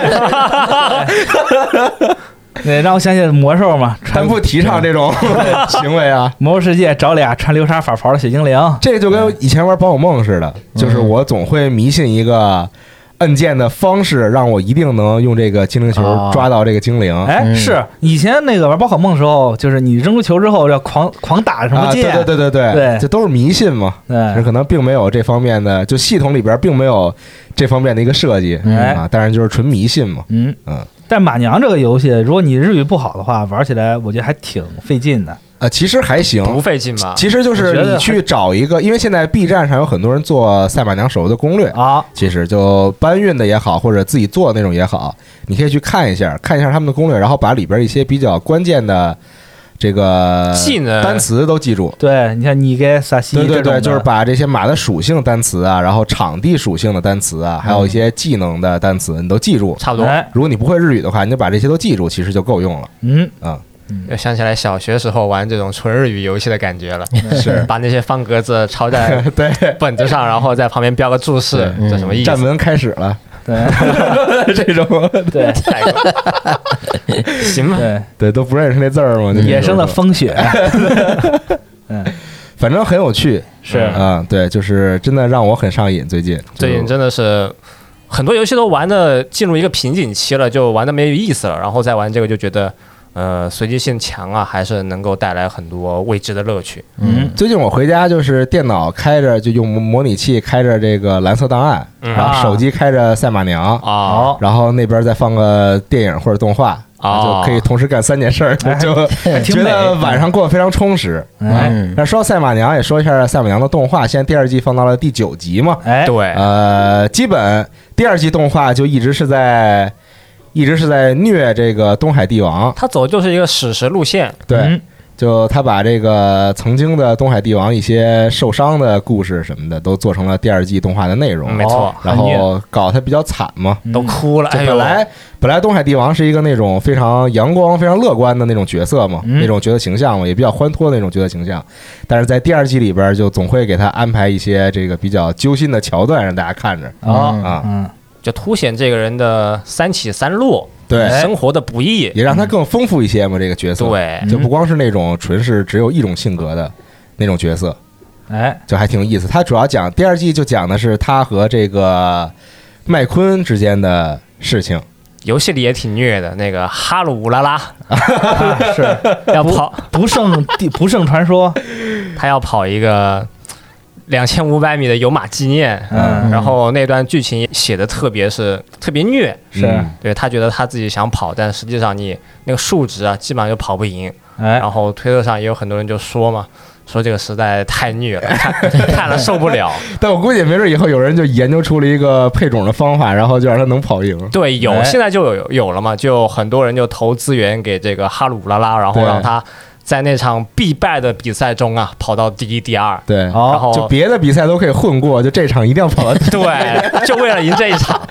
对，让我想起魔兽嘛， 咱不提倡这种行为啊。 魔兽世界找俩穿流沙法袍的小精灵， 这个就跟以前玩宝可梦似的，就是我总会迷信一个。按键的方式让我一定能用这个精灵球抓到这个精灵。 哎、哦，是以前那个玩宝可梦的时候，就是你扔出球之后要狂狂打什么键、 啊，对对对对对， 这都是迷信嘛。 对， 可能并没有这方面的，就系统里边并没有这方面的一个设计、 嗯、 啊，当然就是纯迷信嘛。 嗯嗯。 但马娘这个游戏，如果你日语不好的话，玩起来我觉得还挺费劲的。 呃，其实还行， 不费劲吧？ 其实就是你去找一个，因为现在 B 站上有很多人做赛马娘手游的攻略啊， 其实就搬运的也好，或者自己做的那种也好，你可以去看一下，看一下他们的攻略，然后把里边一些比较关键的这个技能单词都记住。 对，你看你给萨西， 对对对，就是把这些马的属性单词啊，然后场地属性的单词啊，还有一些技能的单词，你都记住。 差不多。 如果你不会日语的话，你就把这些都记住，其实就够用了。 嗯啊。 又想起来小学时候玩这种纯日语游戏的感觉了， 是把那些方格子抄在本子上，然后在旁边标个注释，这什么意思？ 战文开始了， 对， 这种对， 行吧， 对对，都不认识那字儿嘛， 野生的风雪， 嗯，反正很有趣， 是啊，对，就是真的让我很上瘾，最近最近真的是。很多游戏都玩的进入一个瓶颈期了，就玩的没有意思了，然后再玩这个就觉得，呃，随机性强啊，还是能够带来很多未知的乐趣。 嗯，最近我回家就是电脑开着，就用模拟器开着这个蓝色档案， 嗯、 然后手机开着赛马娘啊， 然后那边再放个电影或者动画。啊，就可以同时干三件事儿， 哎、 就觉得晚上过得非常充实。 哎， 那说到赛马娘，也说一下赛马娘的动画，现在第二季放到了第九集嘛？ 哎， 对， 呃，基本第二季动画就一直是在，一直是在虐这个东海帝王。 他走的就是一个史实路线， 对。 嗯就他把这个曾经的东海帝王一些受伤的故事什么的都做成了第二季动画的内容， 嗯、没错。 然后搞他比较惨嘛， 都哭了。 就本来、哎、本来东海帝王是一个那种非常阳光、非常乐观的那种角色嘛， 嗯、 那种角色形象嘛，也比较欢脱的那种角色形象。但是在第二季里边，就总会给他安排一些这个比较揪心的桥段，让大家看着啊、 嗯、啊， 嗯， 就凸显这个人的三起三落。 对生活的不易， 也让他更丰富一些嘛。这个角色， 对， 就不光是那种纯是只有一种性格的那种角色， 哎， 就还挺有意思。他主要讲第二季就讲的是他和这个麦昆之间的事情。 游戏里也挺虐的，那个哈鲁乌拉拉、 啊、是要跑不胜不胜传说， 他要跑一个两千五百米的有马纪念， 嗯， 然后那段剧情写的特别是特别虐， 是对他觉得他自己想跑，但实际上你那个数值啊，基本上就跑不赢。 哎， 然后推特上也有很多人就说嘛，说这个实在太虐了，看看了受不了。 但我估计没准以后有人就研究出了一个配种的方法，然后就让他能跑赢。 对，有、 哎、 现在就有有了嘛，就很多人就投资源给这个哈鲁拉拉，然后让他在那场必败的比赛中啊跑到第一、第二。 对， 哦、 然后就别的比赛都可以混过，就这场一定要跑到第一。 对，就为了赢这一场。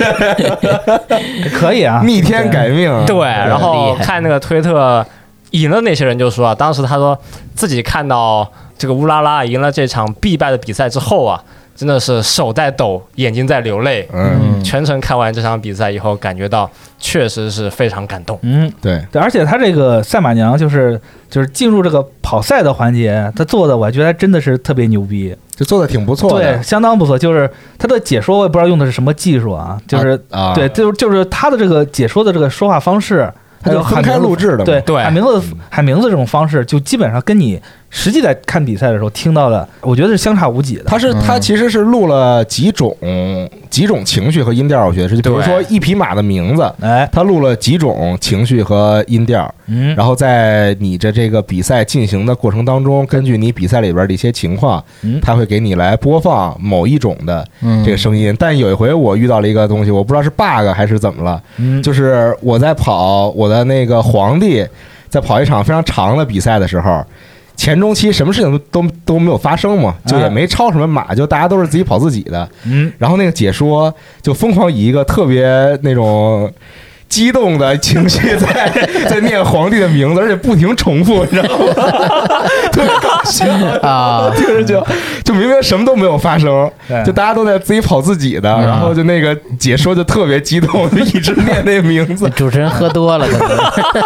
可以啊， 逆天改命。 对，然后看那个推特。赢了那些人就说啊，当时他说自己看到这个乌拉拉赢了这场必败的比赛之后啊，真的是手在抖，眼睛在流泪。 嗯， 全程看完这场比赛以后，感觉到确实是非常感动。 嗯， 对对，而且他这个赛马娘就是就是进入这个跑赛的环节，他做的我觉得真的是特别牛逼， 就做的挺不错的， 对，相当不错。就是他的解说，我也不知道用的是什么技术啊，就是啊， 对，就是就是他的这个解说的这个说话方式。 他就分开录制的嘛， 对对， 喊名字喊名字这种方式，就基本上跟你实际在看比赛的时候听到的，我觉得是相差无几的。 他是他其实是录了几种几种情绪和音调，我觉得是，就比如说一匹马的名字， 哎， 他录了几种情绪和音调， 嗯， 然后在你的这个比赛进行的过程当中，根据你比赛里边的一些情况， 嗯， 他会给你来播放某一种的这个声音。嗯、但有一回我遇到了一个东西，我不知道是 bug 还是怎么了， 嗯， 就是我在跑我的那个皇帝在跑一场非常长的比赛的时候。前中期什么事情都都都没有发生嘛，就也没超什么马，就大家都是自己跑自己的。 嗯， 然后那个解说就疯狂以一个特别那种激动的情绪在在念皇帝的名字，而且不停重复，你知道吗？特别搞笑啊！听着就就明明什么都没有发生，就大家都在自己跑自己的， 嗯、 然后就那个解说就特别激动，就一直念那个名字。 主持人喝多了，可能。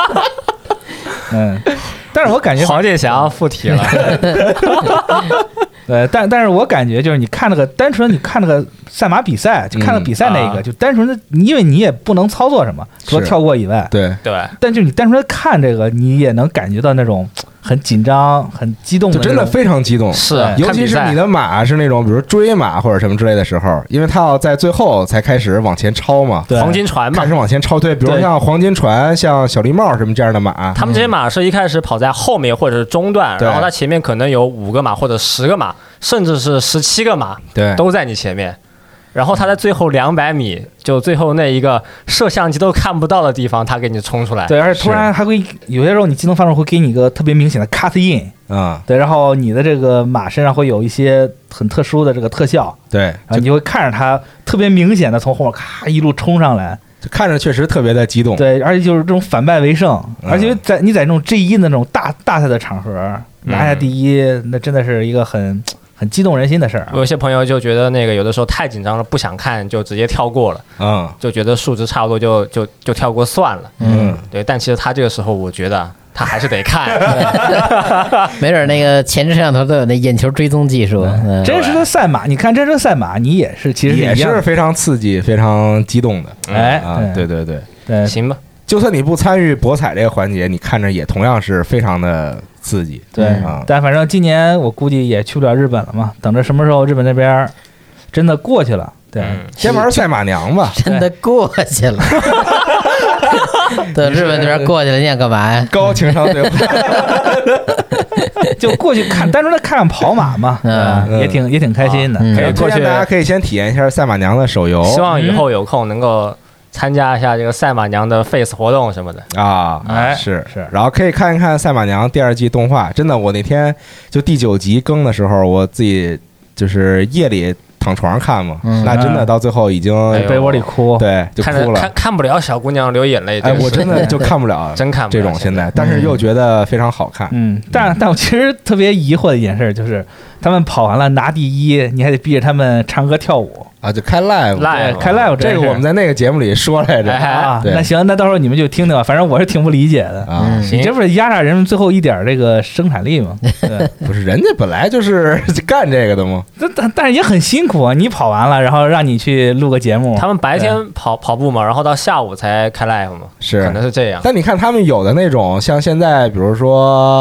嗯。但是我感觉黄健翔附体了， 对，但但是我感觉就是你看那个单纯你看那个赛马比赛，就看那个比赛那个， 嗯、 就单纯的，因为你也不能操作什么，除了跳过以外， 对对， 但就你单纯的看这个，你也能感觉到那种很紧张、很激动的， 就真的非常激动， 是， 尤其是你的马是那种，比如追马或者什么之类的时候，因为它要在最后才开始往前超嘛， 黄金船嘛， 开始往前超，对，比如像黄金船、像小狸帽什么这样的马， 他们这些马是一开始跑在后面或者是中段，然后它前面可能有五个马或者十个马，甚至是十七个马， 对， 都在你前面。然后他在最后两百米，就最后那一个摄像机都看不到的地方，他给你冲出来。 对，而且突然还会有些时候你技能发动会给你一个特别明显的 cut in， 啊、嗯， 对，然后你的这个马身上会有一些很特殊的这个特效， 对， 然后你就会看着它特别明显的从后面咔一路冲上来， 就看着确实特别的激动。 对，而且就是这种反败为胜，嗯、而且在你在那种 G 一 的那种大大赛的场合拿下第一，嗯、那真的是一个很。很激动人心的事儿、啊。 有些朋友就觉得那个有的时候太紧张了，不想看，就直接跳过了。 嗯， 就觉得数值差不多就就就跳过算了。 嗯， 对。但其实他这个时候，我觉得他还是得看。 没准那个前置摄像头都有那眼球追踪技术。嗯、 真实的赛马，你看真实的赛马，你也是其实也是非常刺激、非常激动的。 哎， 啊，对对对对， 行吧。 就算你不参与博彩这个环节，你看着也同样是非常的刺激。 对， 啊， 但反正今年我估计也去不了日本了嘛，等着什么时候日本那边真的过去了，对， 嗯、 先玩赛马娘吧。 真的过去了。等日本那边过去了，你想干嘛呀？ 高情商对话。 就过去看，单纯的看看跑马嘛，嗯，也挺也挺开心的。 可以过去，大家可以先体验一下赛马娘的手游。 希望以后有空能够参加一下这个赛马娘的 face 活动什么的啊， 哎， 是是， 然后可以看一看赛马娘第二季动画。真的，我那天就第九集更的时候，我自己就是夜里躺床上看嘛， 嗯、 那真的到最后已经被窝里哭， 对，就哭了， 看看不了小姑娘流眼泪。 哎，我真的就看不了， 真看不了这种现在，但是又觉得非常好看。 嗯，但但我其实特别疑惑的一件事就是，他们跑完了拿第一，你还得逼着他们唱歌跳舞。 啊，就开 live， live 开 live， 这个我们在那个节目里说来着啊。那行，那到时候你们就听听吧，反正我是挺不理解的啊。 你这不是压榨人们最后一点这个生产力吗？对， 不是，人家本来就是干这个的吗？ 但但但是也很辛苦啊，你跑完了，然后让你去录个节目。 他们白天跑跑步嘛，然后到下午才开 live 嘛， 是， 可能是这样。 但你看他们有的那种，像现在比如说。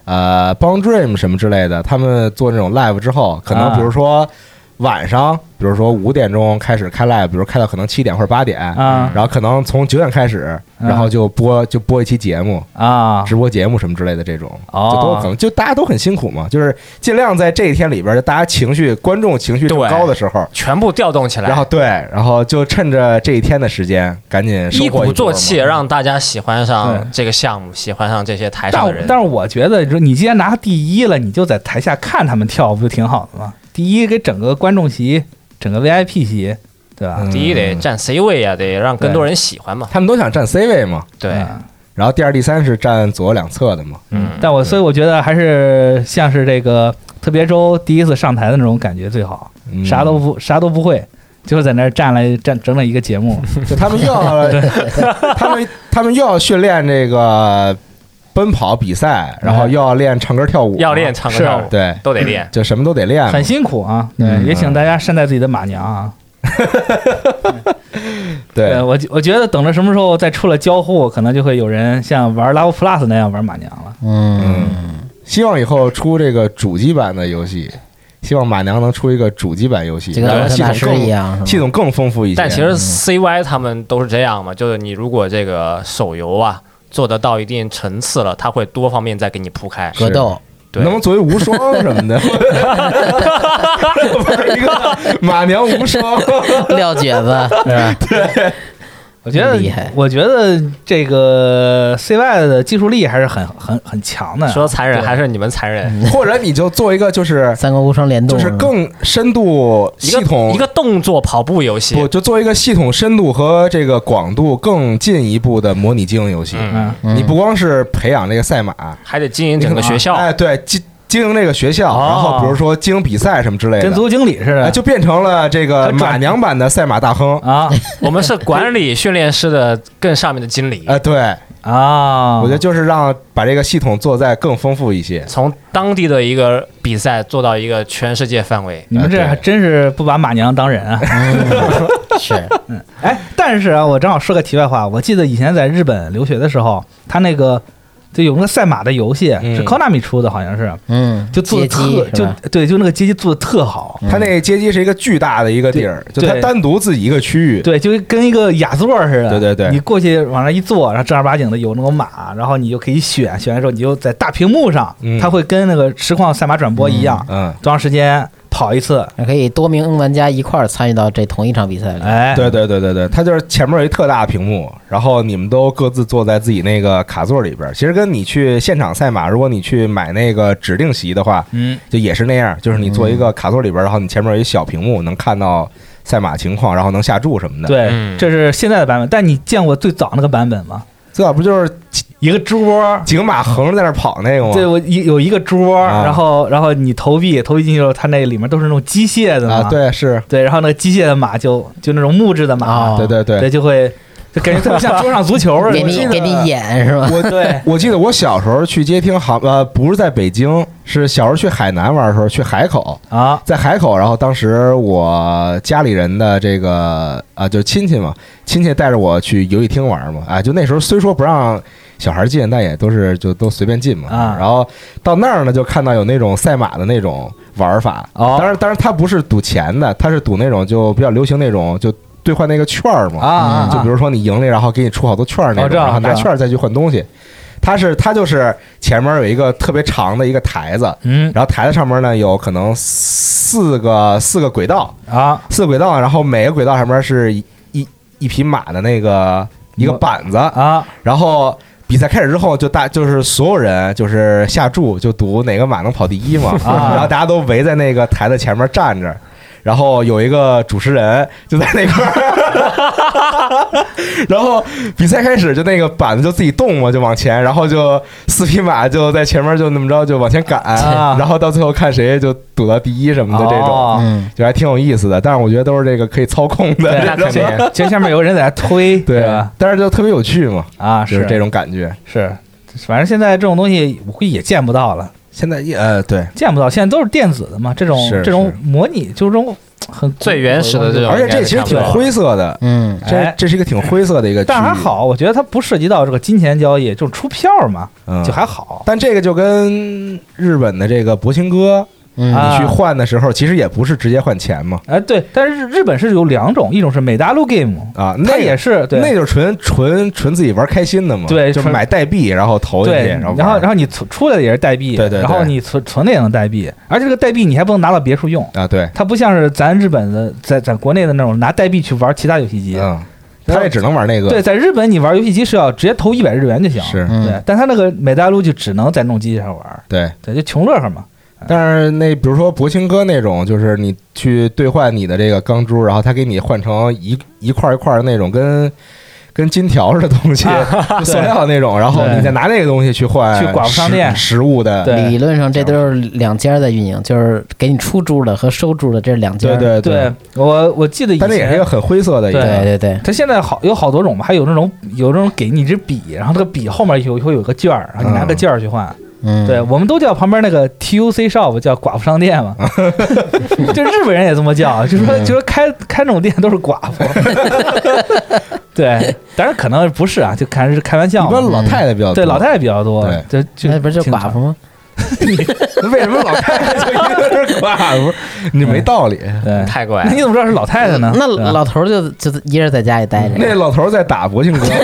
呃 Bond Dream 什么之类的，他们做这种 live 之后，可能比如说晚上，比如说五点钟开始开 live， 比如开到可能七点或者八点， 啊， 然后可能从九点开始，然后就播就播一期节目啊， 直播节目什么之类的这种， 哦， 就都有可能，就大家都很辛苦嘛，就是尽量在这一天里边，大家情绪观众情绪正高的时候， 全部调动起来， 然后对，然后就趁着这一天的时间，赶紧收获一鼓波作气， 嘛让大家喜欢上这个项目，喜欢上这些台上的人。 但但是我觉得，你既然拿第一了，你就在台下看他们跳，不就挺好的吗？第一给整个观众席。整个 V I P 席，对吧？ 嗯第一得占 C 位啊，得让更多人喜欢嘛。 他们都想占 C 位嘛， 对。 嗯然后第二、第三是占左右两侧的嘛。 嗯， 但我所以我觉得还是像是这个特别周第一次上台的那种感觉最好， 嗯啥都不啥都不会，就是在那儿站了站整整一个节目。 就他们又要他们他们又要训练这个奔跑比赛，然后又要练唱歌跳舞， 要练唱歌跳舞， 对， 都得练， 就什么都得练， 很辛苦啊。对， 嗯也请大家善待自己的马娘啊。 对， 我我觉得等着什么时候再出了交互，可能就会有人像玩 Love Plus 那样玩马娘了。 嗯， 希望以后出这个主机版的游戏，希望马娘能出一个主机版游戏， 就跟然后系统大师一样， 更系统更丰富一些。 但其实 C Y 他们都是这样嘛，就是你如果这个手游啊做得到一定层次了，它会多方面再给你铺开格斗。 对， 能不能作为无双什么的？玩一个马娘无双， 撂蹶子是吧？ 对， 我觉得厉害， 我觉得这个 C Y 的技术力还是很很很强的。 说残忍还是你们残忍？ 或者你就做一个就是三国无双联动， 就是更深度系统一个动作跑步游戏， 不就做一个系统深度和这个广度更进一步的模拟经营游戏。 嗯， 嗯你不光是培养这个赛马， 还得经营整个学校。 哎，对，经经营这个学校， 哦然后比如说经营比赛什么之类的， 跟足球经理似的， 哎就变成了这个马娘版的赛马大亨啊我们是管理训练师的更上面的经理。 哎，对， 啊！ 我觉得就是让把这个系统做再更丰富一些。 从当地的一个比赛做到一个全世界范围， 你们这还真是不把马娘当人啊！ 嗯是， 嗯，哎，但是啊，我正好说个题外话，我记得以前在日本留学的时候，他那个就有那个赛马的游戏， 嗯是 Konami 出的，好像是， 嗯， 就做的街机特就对，就那个街机做的特好， 它那街机是一个巨大的一个地儿，就对它单独自己一个区域。 对，就跟一个雅座似的。 对对对你过去往那一坐，然后正儿八经的有那种马，然后你就可以选，选完之后你就在大屏幕上， 嗯它会跟那个实况赛马转播一样， 嗯， 多长时间跑一次， 可以多名玩家一块儿参与到这同一场比赛里。 哎， 对对对对对，它就是前面有一特大的屏幕，然后你们都各自坐在自己那个卡座里边。其实跟你去现场赛马，如果你去买那个指定席的话， 嗯， 就也是那样，就是你坐一个卡座里边，然后你前面有一小屏幕，能看到赛马情况，然后能下注什么的。， 对， 嗯这是现在的版本，但你见过最早那个版本吗？ 这不就是一个桌， 几个马横着在那跑那个吗？ 对，我一有一个桌， 啊然后然后你投币，投币进去之后，它那里面都是那种机械的嘛， 啊，对，是， 对，然后那个机械的马就就那种木质的马， 哦对对对。 对，就会就感觉特别像桌上足球似的。 给你记得给你演是吧？ 我对我记得我小时候去接听航呃，不是在北京，是小时候去海南玩的时候，去海口， 啊， 在海口，然后当时我家里人的这个啊，就亲戚嘛，亲戚带着我去游戏厅玩嘛，啊，就那时候虽说不让小孩进，但也都是就都随便进嘛。 啊然后到那儿呢，就看到有那种赛马的那种玩法。 哦当然，当然它不是赌钱的，它是赌那种就比较流行那种就兑换那个券儿嘛。 啊， 就比如说你赢了，然后给你出好多券儿那种， 哦这样然后拿这样券儿再去换东西。它是它就是前面有一个特别长的一个台子， 嗯然后台子上面呢有可能四个四个轨道， 啊四个轨道，然后每个轨道上面是一一一匹马的那个一个板子， 啊然后比赛开始之后就大就是所有人就是下注就赌哪个马能跑第一嘛， 啊然后大家都围在那个台子前面站着。然后有一个主持人就在那块儿，然后比赛开始就那个板子就自己动嘛，就往前，然后就四匹马就在前面就那么着就往前赶， 啊然后到最后看谁就赌到第一什么的这种， 哦嗯， 就还挺有意思的。但是我觉得都是这个可以操控的， 对， 这种这其实下面有个人在那推， 对吧？ 但是就特别有趣嘛， 啊， 就是这种感觉。 是，反正现在这种东西我估计也见不到了， 现在也呃对， 见不到，现在都是电子的嘛，这种是这种模拟就是这种很最原始的这种， 而且这其实挺灰色的， 嗯， 这这是一个挺灰色的一个， 但还好，我觉得它不涉及到这个金钱交易，就是出票嘛， 嗯、 就还好。 但这个就跟日本的这个博青哥。 嗯、 你去换的时候，其实也不是直接换钱嘛。 哎，对，但是日本是有两种，一种是美大陆 game 啊，那也是，对， 那就是纯纯纯自己玩开心的嘛。 对， 就买代币，然后投进去，然后然后然后你存出来的也是代币， 对对， 然后你存存的也能代币，而且这个代币你还不能拿到别处用啊。对， 它不像是咱日本的，在咱国内的那种拿代币去玩其他游戏机， 嗯，他也只能玩那个。 对，在日本你玩游戏机是要直接投一百日元就行， 是， 对，但他那个美大陆就只能在那种机器上玩， 对对，就穷乐呵嘛。 但是那比如说博青哥那种，就是你去兑换你的这个钢珠，然后他给你换成一一块一块的那种跟跟金条似的东西，啊、塑料那种，然后你再拿那个东西去换去寡妇商店实物的。 理论上这都是两家在运营，就是给你出珠的和收珠的这是两家。 对对对，我我记得以前， 但那也是一个很灰色的一个。 对对对， 它现在好有好多种嘛，还有那种有那种给你一支笔，然后这个笔后面有会有个券，然后你拿个券去换。嗯嗯， 对，我们都叫旁边那个 T U C shop 叫寡妇商店嘛，就日本人也这么叫，就说就说开开那种店都是寡妇。对，当然可能不是啊，就看是开玩笑。 一般老太太比较多， 对，老太太比较多。对，就那不是叫寡妇吗？ 为什么老太太就一定是寡妇？你没道理， 对， 太怪。 那你怎么知道是老太太呢？ 那老头就就一人在家里待着。 那老头在打博庆哥。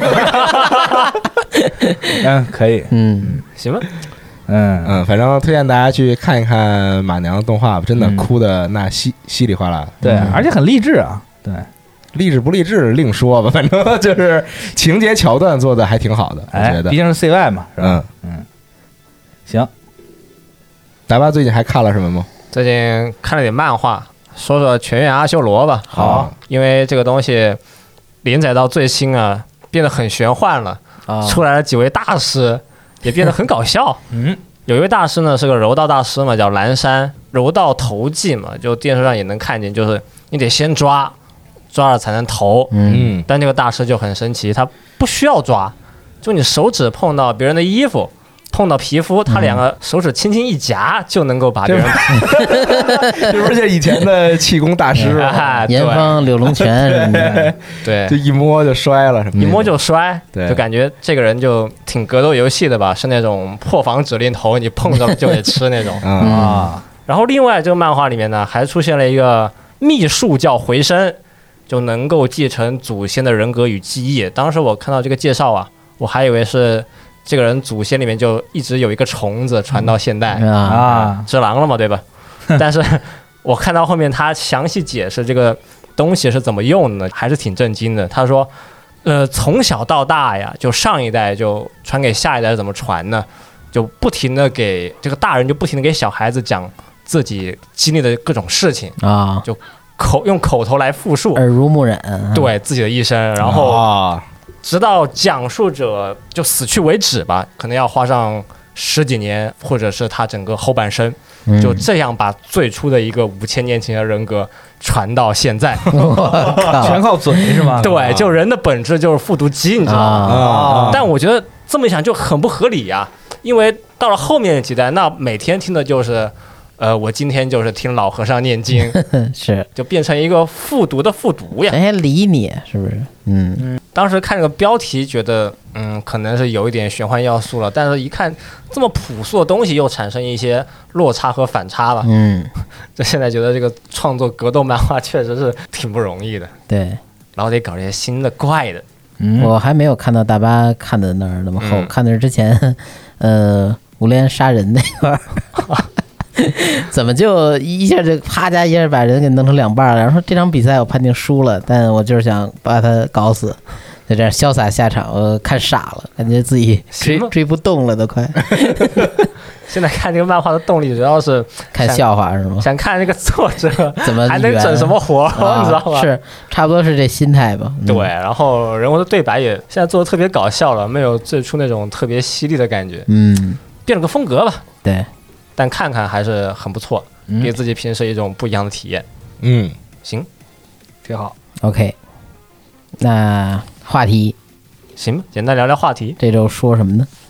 嗯，可以， 嗯， 行吧。 嗯嗯，反正推荐大家去看一看马娘的动画吧，真的哭的那稀稀里哗啦。 对，而且很励志啊。对， 励志不励志另说吧，反正就是情节桥段做的还挺好的，我觉得。 毕竟是 C Y 嘛，是吧？嗯嗯。行， 大巴最近还看了什么吗？ 最近看了点漫画，说说全员阿修罗吧。 好， 因为这个东西连载到最新啊，变得很玄幻了， 啊、 出来了几位大师。也变得很搞笑， 嗯， 有一位大师呢是个柔道大师嘛，叫蓝山，柔道投技嘛，就电视上也能看见，就是你得先抓，抓了才能投， 嗯， 但这个大师就很神奇，他不需要抓，就你手指碰到别人的衣服，碰到皮肤，他两个手指轻轻一夹就能够把别人， 这不是以前的气功大师吗？ 严方柳龙拳什么的， 对， 就一摸就摔了什么的， 一摸就摔， 对， 就感觉这个人就挺格斗游戏的吧，是那种破防指令头，你碰着就得吃那种啊。 然后另外这个漫画里面呢，还出现了一个秘术叫回声，就能够继承祖先的人格与记忆。当时我看到这个介绍啊，我还以为是这个人祖先里面就一直有一个虫子传到现代啊， 只狼了嘛，对吧？但是我看到后面他详细解释这个东西是怎么用的呢，还是挺震惊的。他说，呃，从小到大呀，就上一代就传给下一代是怎么传呢？就不停的给这个大人就不停的给小孩子讲自己经历的各种事情啊， 就口用口头来复述， 耳濡目染， 对自己的一生，然后。 啊直到讲述者就死去为止吧，可能要花上十几年，或者是他整个后半生， 嗯、 就这样把最初的一个五千年前的人格传到现在， 全靠嘴是吗？ 对，就人的本质就是复读机，你知道吗？ 啊、 但我觉得这么一想就很不合理呀、啊，因为到了后面几代，那每天听的就是。呃，我今天就是听老和尚念经， 是就变成一个复读的复读呀。 人还理你是不是？嗯嗯。当时看这个标题，觉得嗯，可能是有一点玄幻要素了，但是一看这么朴素的东西，又产生一些落差和反差吧。 嗯。 这现在觉得这个创作格斗漫画确实是挺不容易的。 对。 然后得搞这些新的怪的。 嗯。我还没有看到大巴看的那儿那么厚，嗯、看的是之前，呃，无脸杀人那块儿。怎么就一下就啪家一下把人给弄成两半了？然后说这场比赛我判定输了，但我就是想把他搞死，就这样潇洒下场。我看傻了，感觉自己追追不动了都快。 现在看这个漫画的动力主要是看笑话是吗？ 想看这个作者怎么还能整什么活， 啊、 你知道吗？ 是差不多是这心态吧。 嗯、对，然后人物的对白也现在做的特别搞笑了，没有最初那种特别犀利的感觉。 嗯， 变了个风格吧。 对。 但看看还是很不错，给自己平时一种不一样的体验。 嗯， 行， 挺好。 OK， 那话题行吧，简单聊聊话题。 这周说什么呢？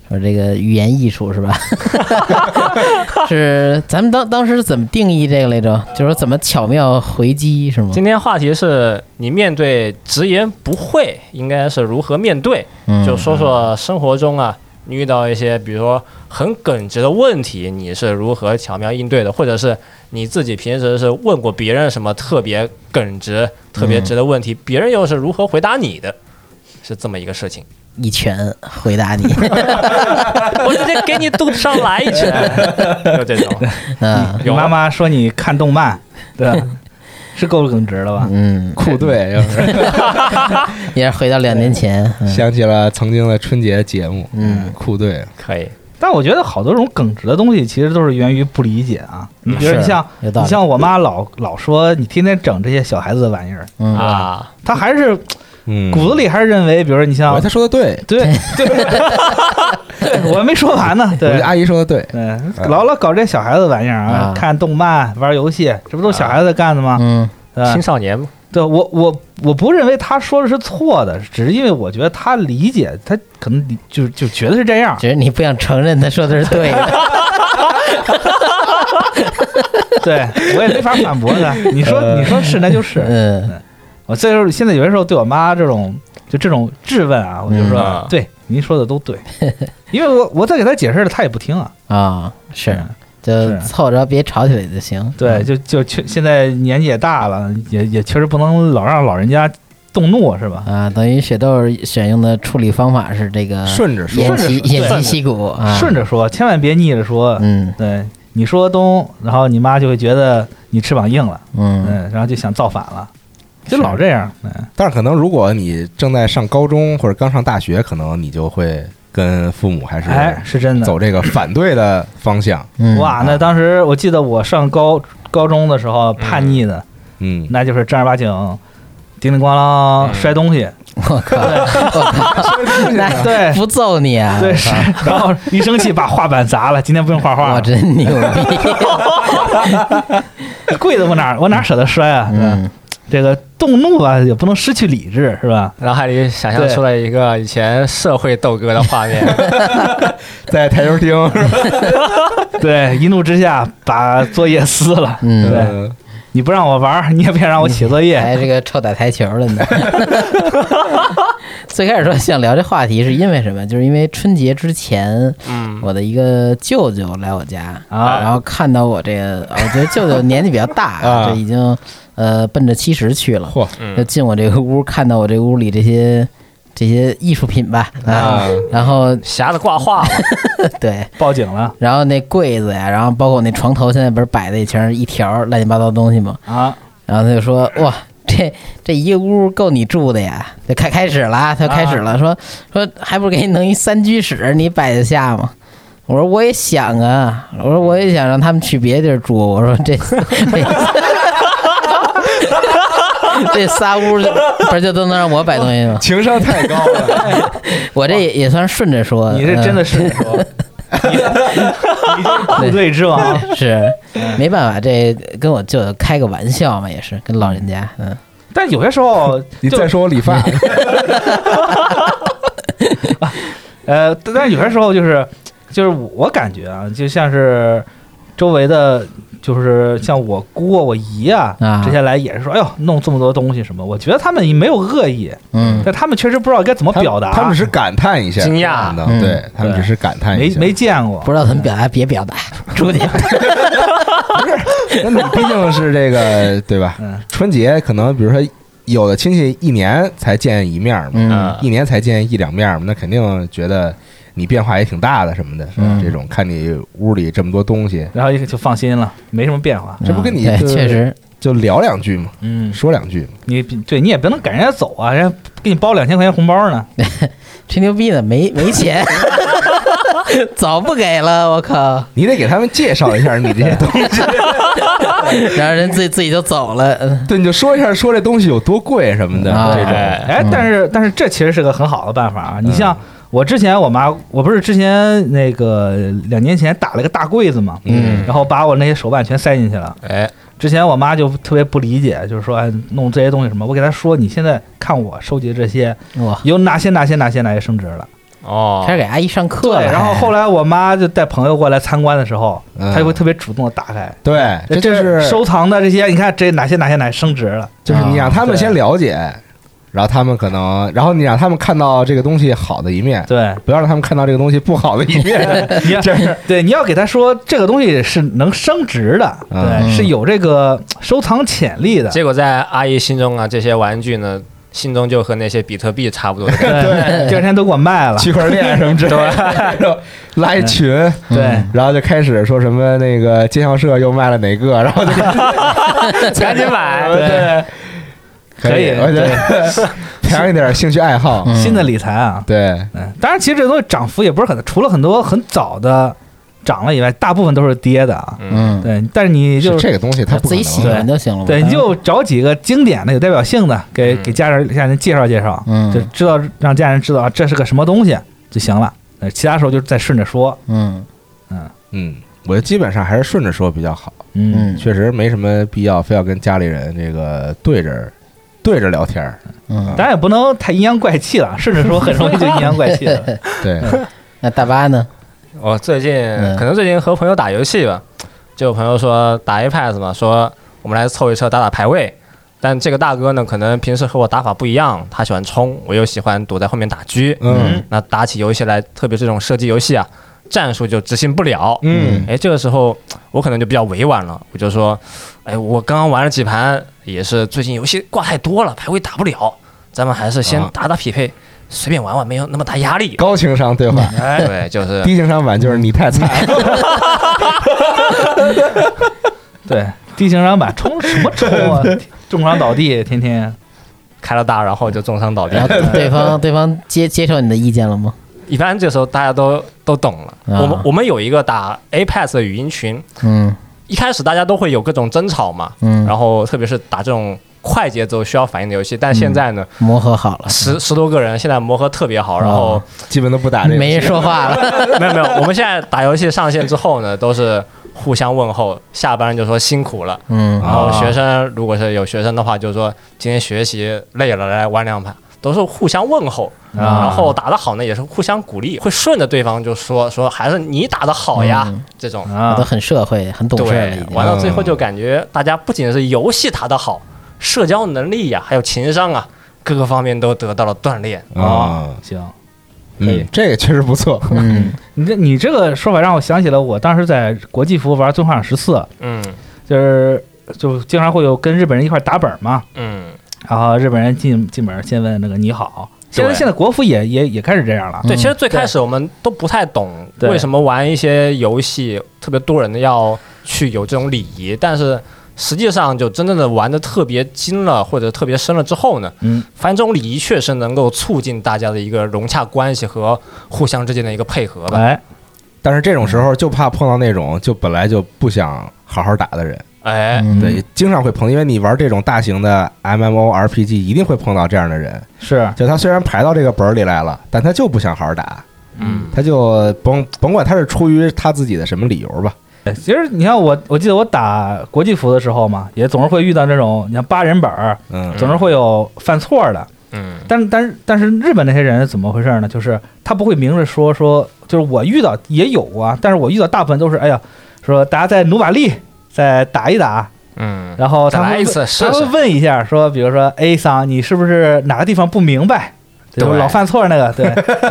说这个语言艺术是吧？是咱们当当时怎么定义这个来着？就是说怎么巧妙回击是吗？ 今天话题是你面对直言不讳，应该是如何面对？ 嗯、 就说说生活中啊，你遇到一些比如说很耿直的问题，你是如何巧妙应对的？或者是你自己平时是问过别人什么特别耿直、特别直的问题，嗯、别人又是如何回答你的？是这么一个事情。 一拳回答你， 我直接给你肚子上来一拳，就这种。 嗯， 有妈妈说你看动漫，对吧？是够耿直了吧？ 嗯， 酷队又是， 也是回到两年前，嗯、 想起了曾经的春节节目。嗯，酷队可以。 但我觉得好多这种耿直的东西，其实都是源于不理解啊。你比如你像你像我妈老老说你天天整这些小孩子的玩意儿、 嗯、 啊，她还是。 嗯， 骨子里还是认为，比如说你像他说的对， 对对，对我没说完呢。对， 阿姨说的对， 对，老老搞这些小孩子玩意儿啊，看动漫、玩游戏，这不都是小孩子干的吗？ 嗯， 青少年嘛。 对我我我不认为他说的是错的，只是因为我觉得他理解，他可能就就觉得是这样， 只是你不想承认他说的是对的。 对我也没法反驳他，你说你说是那就是，嗯。我这时候现在有些时候对我妈这种就这种质问啊，我就说、嗯、对您说的都对，因为我我再给她解释了，她也不听啊啊，是就凑着别吵起来就行。 对，就就确现在年纪也大了，也也确实不能老让老人家动怒是吧？ 啊，等于雪豆选用的处理方法是这个顺着说， 偃旗偃旗息鼓啊， 顺着说，千万别逆着说。 嗯， 对，你说东，然后你妈就会觉得你翅膀硬了， 嗯， 嗯，然后就想造反了。就老这样，嗯， 但是可能如果你正在上高中或者刚上大学，可能你就会跟父母还是哎是真的走这个反对的方向。 嗯、 哇，那当时我记得我上高高中的时候叛逆的， 嗯， 那就是正儿八经叮铃咣啷摔东西。 我靠！我靠！ 对， 不揍你啊！ 对，是，然后一生气把画板砸了，今天不用画画了。 我真牛逼！ 柜子我哪我哪舍得摔啊？ 嗯。 这个动怒啊，也不能失去理智，是吧？ 然后还得想象出来一个以前社会斗歌的画面， 在台球厅， 对，一怒之下把作业撕了， 嗯， 对，你不让我玩，你也别让我写作业， 还这个臭打台球了呢。最开始说想聊这话题是因为什么？就是因为春节之前， 嗯， 我的一个舅舅来我家啊， 然后看到我这个，我觉得舅舅年纪比较大， 啊、 这已经。呃，奔着七十去了， 嚯！ 就进我这个屋，看到我这屋里这些这些艺术品吧，啊，然后匣子挂画， 对， 报警了。 然后那柜子呀，然后包括我那床头，现在不是摆的也全是一条乱七八糟的东西吗？ 啊， 然后他就说，哇，这这一个屋够你住的呀！就开开始了，他就开始了，啊、说说还不是给你弄一三居室，你摆得下吗？我说我也想啊，我说我也想让他们去别地儿住，我说这。这这仨屋不是就都能让我摆东西吗？ 情商太高了， 我这也也算顺着说。 你是真的顺着说，你你就是酷队之王， 是没办法，这跟我舅舅开个玩笑嘛，也是跟老人家，嗯。 但有些时候， 你再说我理发， 呃，但是有些时候就是就是我感觉啊，就像是周围的。就是像我姑我姨啊，之前来也是说，哎呦，弄这么多东西什么？我觉得他们没有恶意， 嗯， 但他们确实不知道该怎么表达， 他们只是感叹一下， 惊讶的，对他们只是感叹一下， 没没见过， 不知道怎么表达，别表达，出去。 不是，那你毕竟是这个对吧？春节可能比如说有的亲戚一年才见一面嘛， 嗯， 一年才见一两面嘛，那肯定觉得。你变化也挺大的什么的， 嗯， 这种看你屋里这么多东西， 然后就放心了，没什么变化。 这不跟你确实就聊两句嘛， 嗯， 说两句。 你对你也不能赶人家走啊，人家给你包两千块钱红包呢， 吹牛逼呢，没没钱，早不给了，我靠！ 你得给他们介绍一下你这些东西， 然后人自己自己就走了。 对，你就说一下，说这东西有多贵什么的， 啊、 这种。 哎，但是但是这其实是个很好的办法啊，你像。我之前我妈，我不是之前那个两年前打了个大柜子嘛， 嗯， 然后把我那些手办全塞进去了。 哎， 之前我妈就特别不理解，就是说，哎，弄这些东西什么？我给她说，你现在看我收集的这些，有哪些哪些哪些哪些升值了？ 哦， 开始给阿姨上课了。 对，然后后来我妈就带朋友过来参观的时候， 嗯她就会特别主动的打开。 对，这就这是收藏的这些，你看这哪些哪些哪些升值了， 就是你让他们啊先了解，然后他们可能，然后你让他们看到这个东西好的一面， 对， 不要让他们看到这个东西不好的一面。 你要对你要给他说这个东西是能升值的， 嗯对，是有这个收藏潜力的。 结果在阿姨心中啊，这些玩具呢，心中就和那些比特币差不多的感觉。 对，第二天都给我卖了。 区块链什么之类的，然后拉一群， 对， 然后就开始说什么那个经销社又卖了哪个，然后就赶紧买。 对，可以我觉得培养一点兴趣爱好， 嗯新的理财啊， 对， 嗯，当然，其实这东西涨幅也不是很，除了很多很早的涨了以外，大部分都是跌的啊。 嗯， 对，但是你就是这个东西它不可自己喜能， 欢就行了嘛。 对，你就找几个经典的、有代表性的，给嗯给家人家人介绍介绍， 嗯就知道让家人知道啊这是个什么东西就行了。呃，其他时候就再顺着说。 嗯嗯，我觉得基本上还是顺着说比较好， 嗯， 嗯确实没什么必要非要跟家里人这个对着对着聊天儿， 嗯， 当然也不能太阴阳怪气了，顺着说很容易就阴阳怪气了。 对， 那大巴呢？ 我最近嗯可能最近和朋友打游戏吧，就有朋友说打 Apex 嘛，说我们来凑一车打打排位。但这个大哥呢，可能平时和我打法不一样，他喜欢冲，我又喜欢躲在后面打狙。 嗯那打起游戏来，特别是这种射击游戏啊，战术就执行不了。 嗯哎，这个时候我可能就比较委婉了，我就说，哎，我刚刚玩了几盘，也是最近游戏挂太多了，排位打不了，咱们还是先啊打打匹配，随便玩玩，没有那么大压力。 高情商对话， 哎， 对，就是低情商版就是你太菜了， 对，低情商版冲什么冲啊？重伤倒地，天天。 开了大，然后就重伤倒地然。后对方对方接接受你的意见了吗？ 一般这时候大家都都懂了。 啊我们我们有一个打 Apex 的语音群， 嗯一开始大家都会有各种争吵嘛， 嗯， 然后特别是打这种快节奏需要反应的游戏，但现在呢， 磨合好了， 十十多个人现在磨合特别好，然后基本都不打这个， 没人说话了。 没有没有，我们现在打游戏上线之后呢，都是互相问候，下班就说辛苦了。 嗯然后啊学生如果是有学生的话，就说今天学习累了，来玩两盘，都是互相问候。 啊然后打得好呢，也是互相鼓励，会顺着对方就说说还是你打得好呀， 嗯这种。 我啊都，很社会，很懂事了，已对， 经。 玩到最后就感觉大家不仅是游戏打得好，社交能力呀，还有情商啊，各个方面都得到了锻炼。 啊， 行。 嗯，这个确实不错， 嗯你这你这个说法让我想起了我当时在国际服玩《尊皇十四》， 嗯就是就经常会有跟日本人一块打本嘛， 嗯， 然后日本人进进门先问那个你好。现在对现在国服也也也开始这样了。 对， 嗯其实最开始我们都不太懂对为什么玩一些游戏特别多人的要去有这种礼仪，但是实际上就真正的玩的特别精了或者特别深了之后呢， 嗯， 发现这种礼仪确实能够促进大家的一个融洽关系和互相之间的一个配合吧。 哎， 但是这种时候就怕碰到那种就本来就不想好好打的人， 哎， 嗯对，经常会碰，因为你玩这种大型的 M M O R P G 一定会碰到这样的人， 是， 就他虽然排到这个本儿里来了，但他就不想好好打， 嗯， 他就甭甭管他是出于他自己的什么理由吧， 其实你看我，我记得我打国际服的时候嘛，也总是会遇到这种，你看八人本儿， 嗯总是会有犯错的。 嗯， 但是但是但是日本那些人怎么回事呢？就是他不会明着说说，就是我遇到也有啊，但是我遇到大部分都是，哎呀，说大家再努把力，再打一打， 嗯， 然后他们再来一次试试他们问一下，说比如说 A 桑，你是不是哪个地方不明白？就是对老犯错那个，对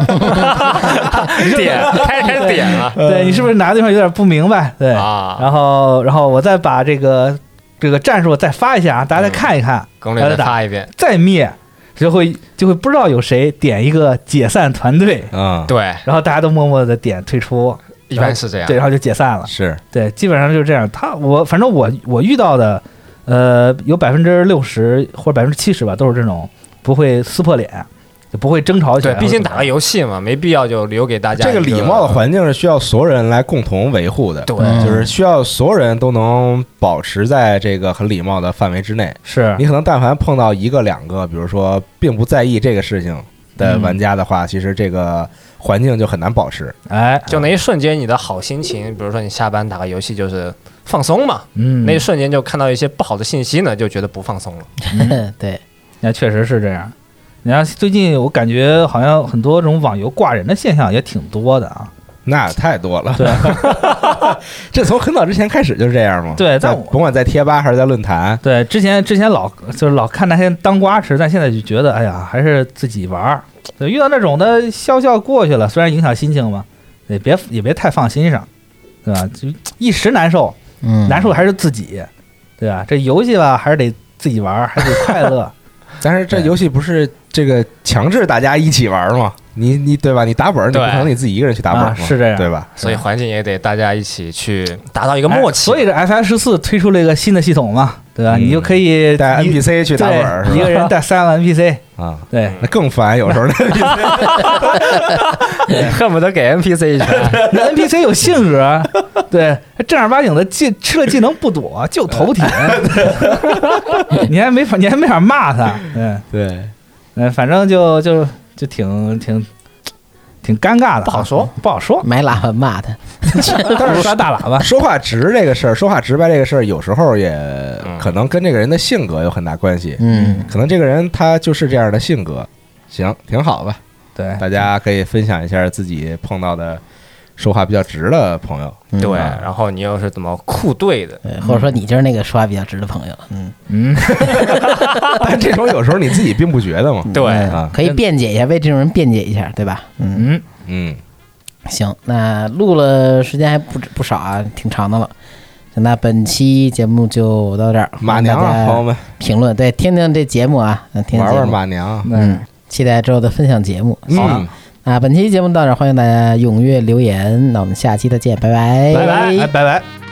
点开开始点了对，你是不是哪个地方有点不明白？对， 啊， 然后然后我再把这个这个战术再发一下，大家再看一看， 攻略再发一遍， 再灭，就会就会不知道有谁点一个解散团队， 嗯， 对， 然后大家都默默的点退出， 一般是这样对，。然后就解散了。 是， 对，基本上就是这样。他我反正我我遇到的，呃，有百分之六十或者百分之七十吧，都是这种不会撕破脸，也不会争吵起来。 对，毕竟打个游戏嘛，没必要就留给大家这个一礼貌的环境是需要所有人来共同维护的， 对嗯就是需要所有人都能保持在这个很礼貌的范围之内。 是你可能但凡碰到一个两个，比如说并不在意这个事情的玩家的话，其实这个环境就很难保持。 哎， 就那一瞬间，你的好心情，比如说你下班打个游戏就是放松嘛， 嗯， 那一瞬间就看到一些不好的信息呢，就觉得不放松了。 对， 那确实是这样。 你看最近我感觉好像很多这种网游挂人的现象也挺多的啊。 那太多了， 对， 这从很早之前开始就是这样吗？ 对，但甭管在贴吧还是在论坛， 对，之前之前老就是老看那些当瓜吃，但现在就觉得，哎呀，还是自己玩儿。对，遇到那种的笑笑过去了，虽然影响心情嘛，也别也别太放心上，对吧？就一时难受， 嗯， 难受还是自己，对吧？这游戏吧，还是得自己玩，还得快乐。 但是这游戏不是这个强制大家一起玩吗？你你对吧？你打本你不可能你自己一个人去打本嘛、 啊，是这样， 对吧？ 所以环境也得大家一起去达到一个默契。 哎、所以这 F S 十四推出了一个新的系统嘛，对吧？嗯、你就可以带 N P C 去打本， 一个人带三个 N P C 啊， 对， 那更烦，有时候那 N P C 恨不得给 N P C 一拳。 那 N P C 有性格，对，正儿八经的技吃了技能不躲就头铁，你还没法你还没法骂他，对对， 嗯，反正就就就挺挺。挺尴尬的， 不好说， 不好说。 买喇叭骂他， 但是刷大喇叭。 说话直这个事儿，说话直白这个事儿，有时候也可能跟这个人的性格有很大关系。 嗯， 可能这个人他就是这样的性格，行，挺好吧？ 对， 大家可以分享一下自己碰到的说话比较直的朋友。 嗯、 对，然后你又是怎么酷对的？ 对，或者说你就是那个说话比较直的朋友。嗯嗯， 但这种有时候你自己并不觉得嘛。 对啊，可以辩解一下，为这种人辩解一下，对吧？嗯嗯嗯， 行，那录了时间还不不少啊，挺长的了。那本期节目就到这儿。 马娘啊，朋友们， 评论对，听听这节目啊，听听玩玩马娘， 嗯，期待之后的分享节目。 嗯。 好那本期节目到这儿，欢迎大家踊跃留言。那我们下期再见，拜拜， 拜拜，拜拜。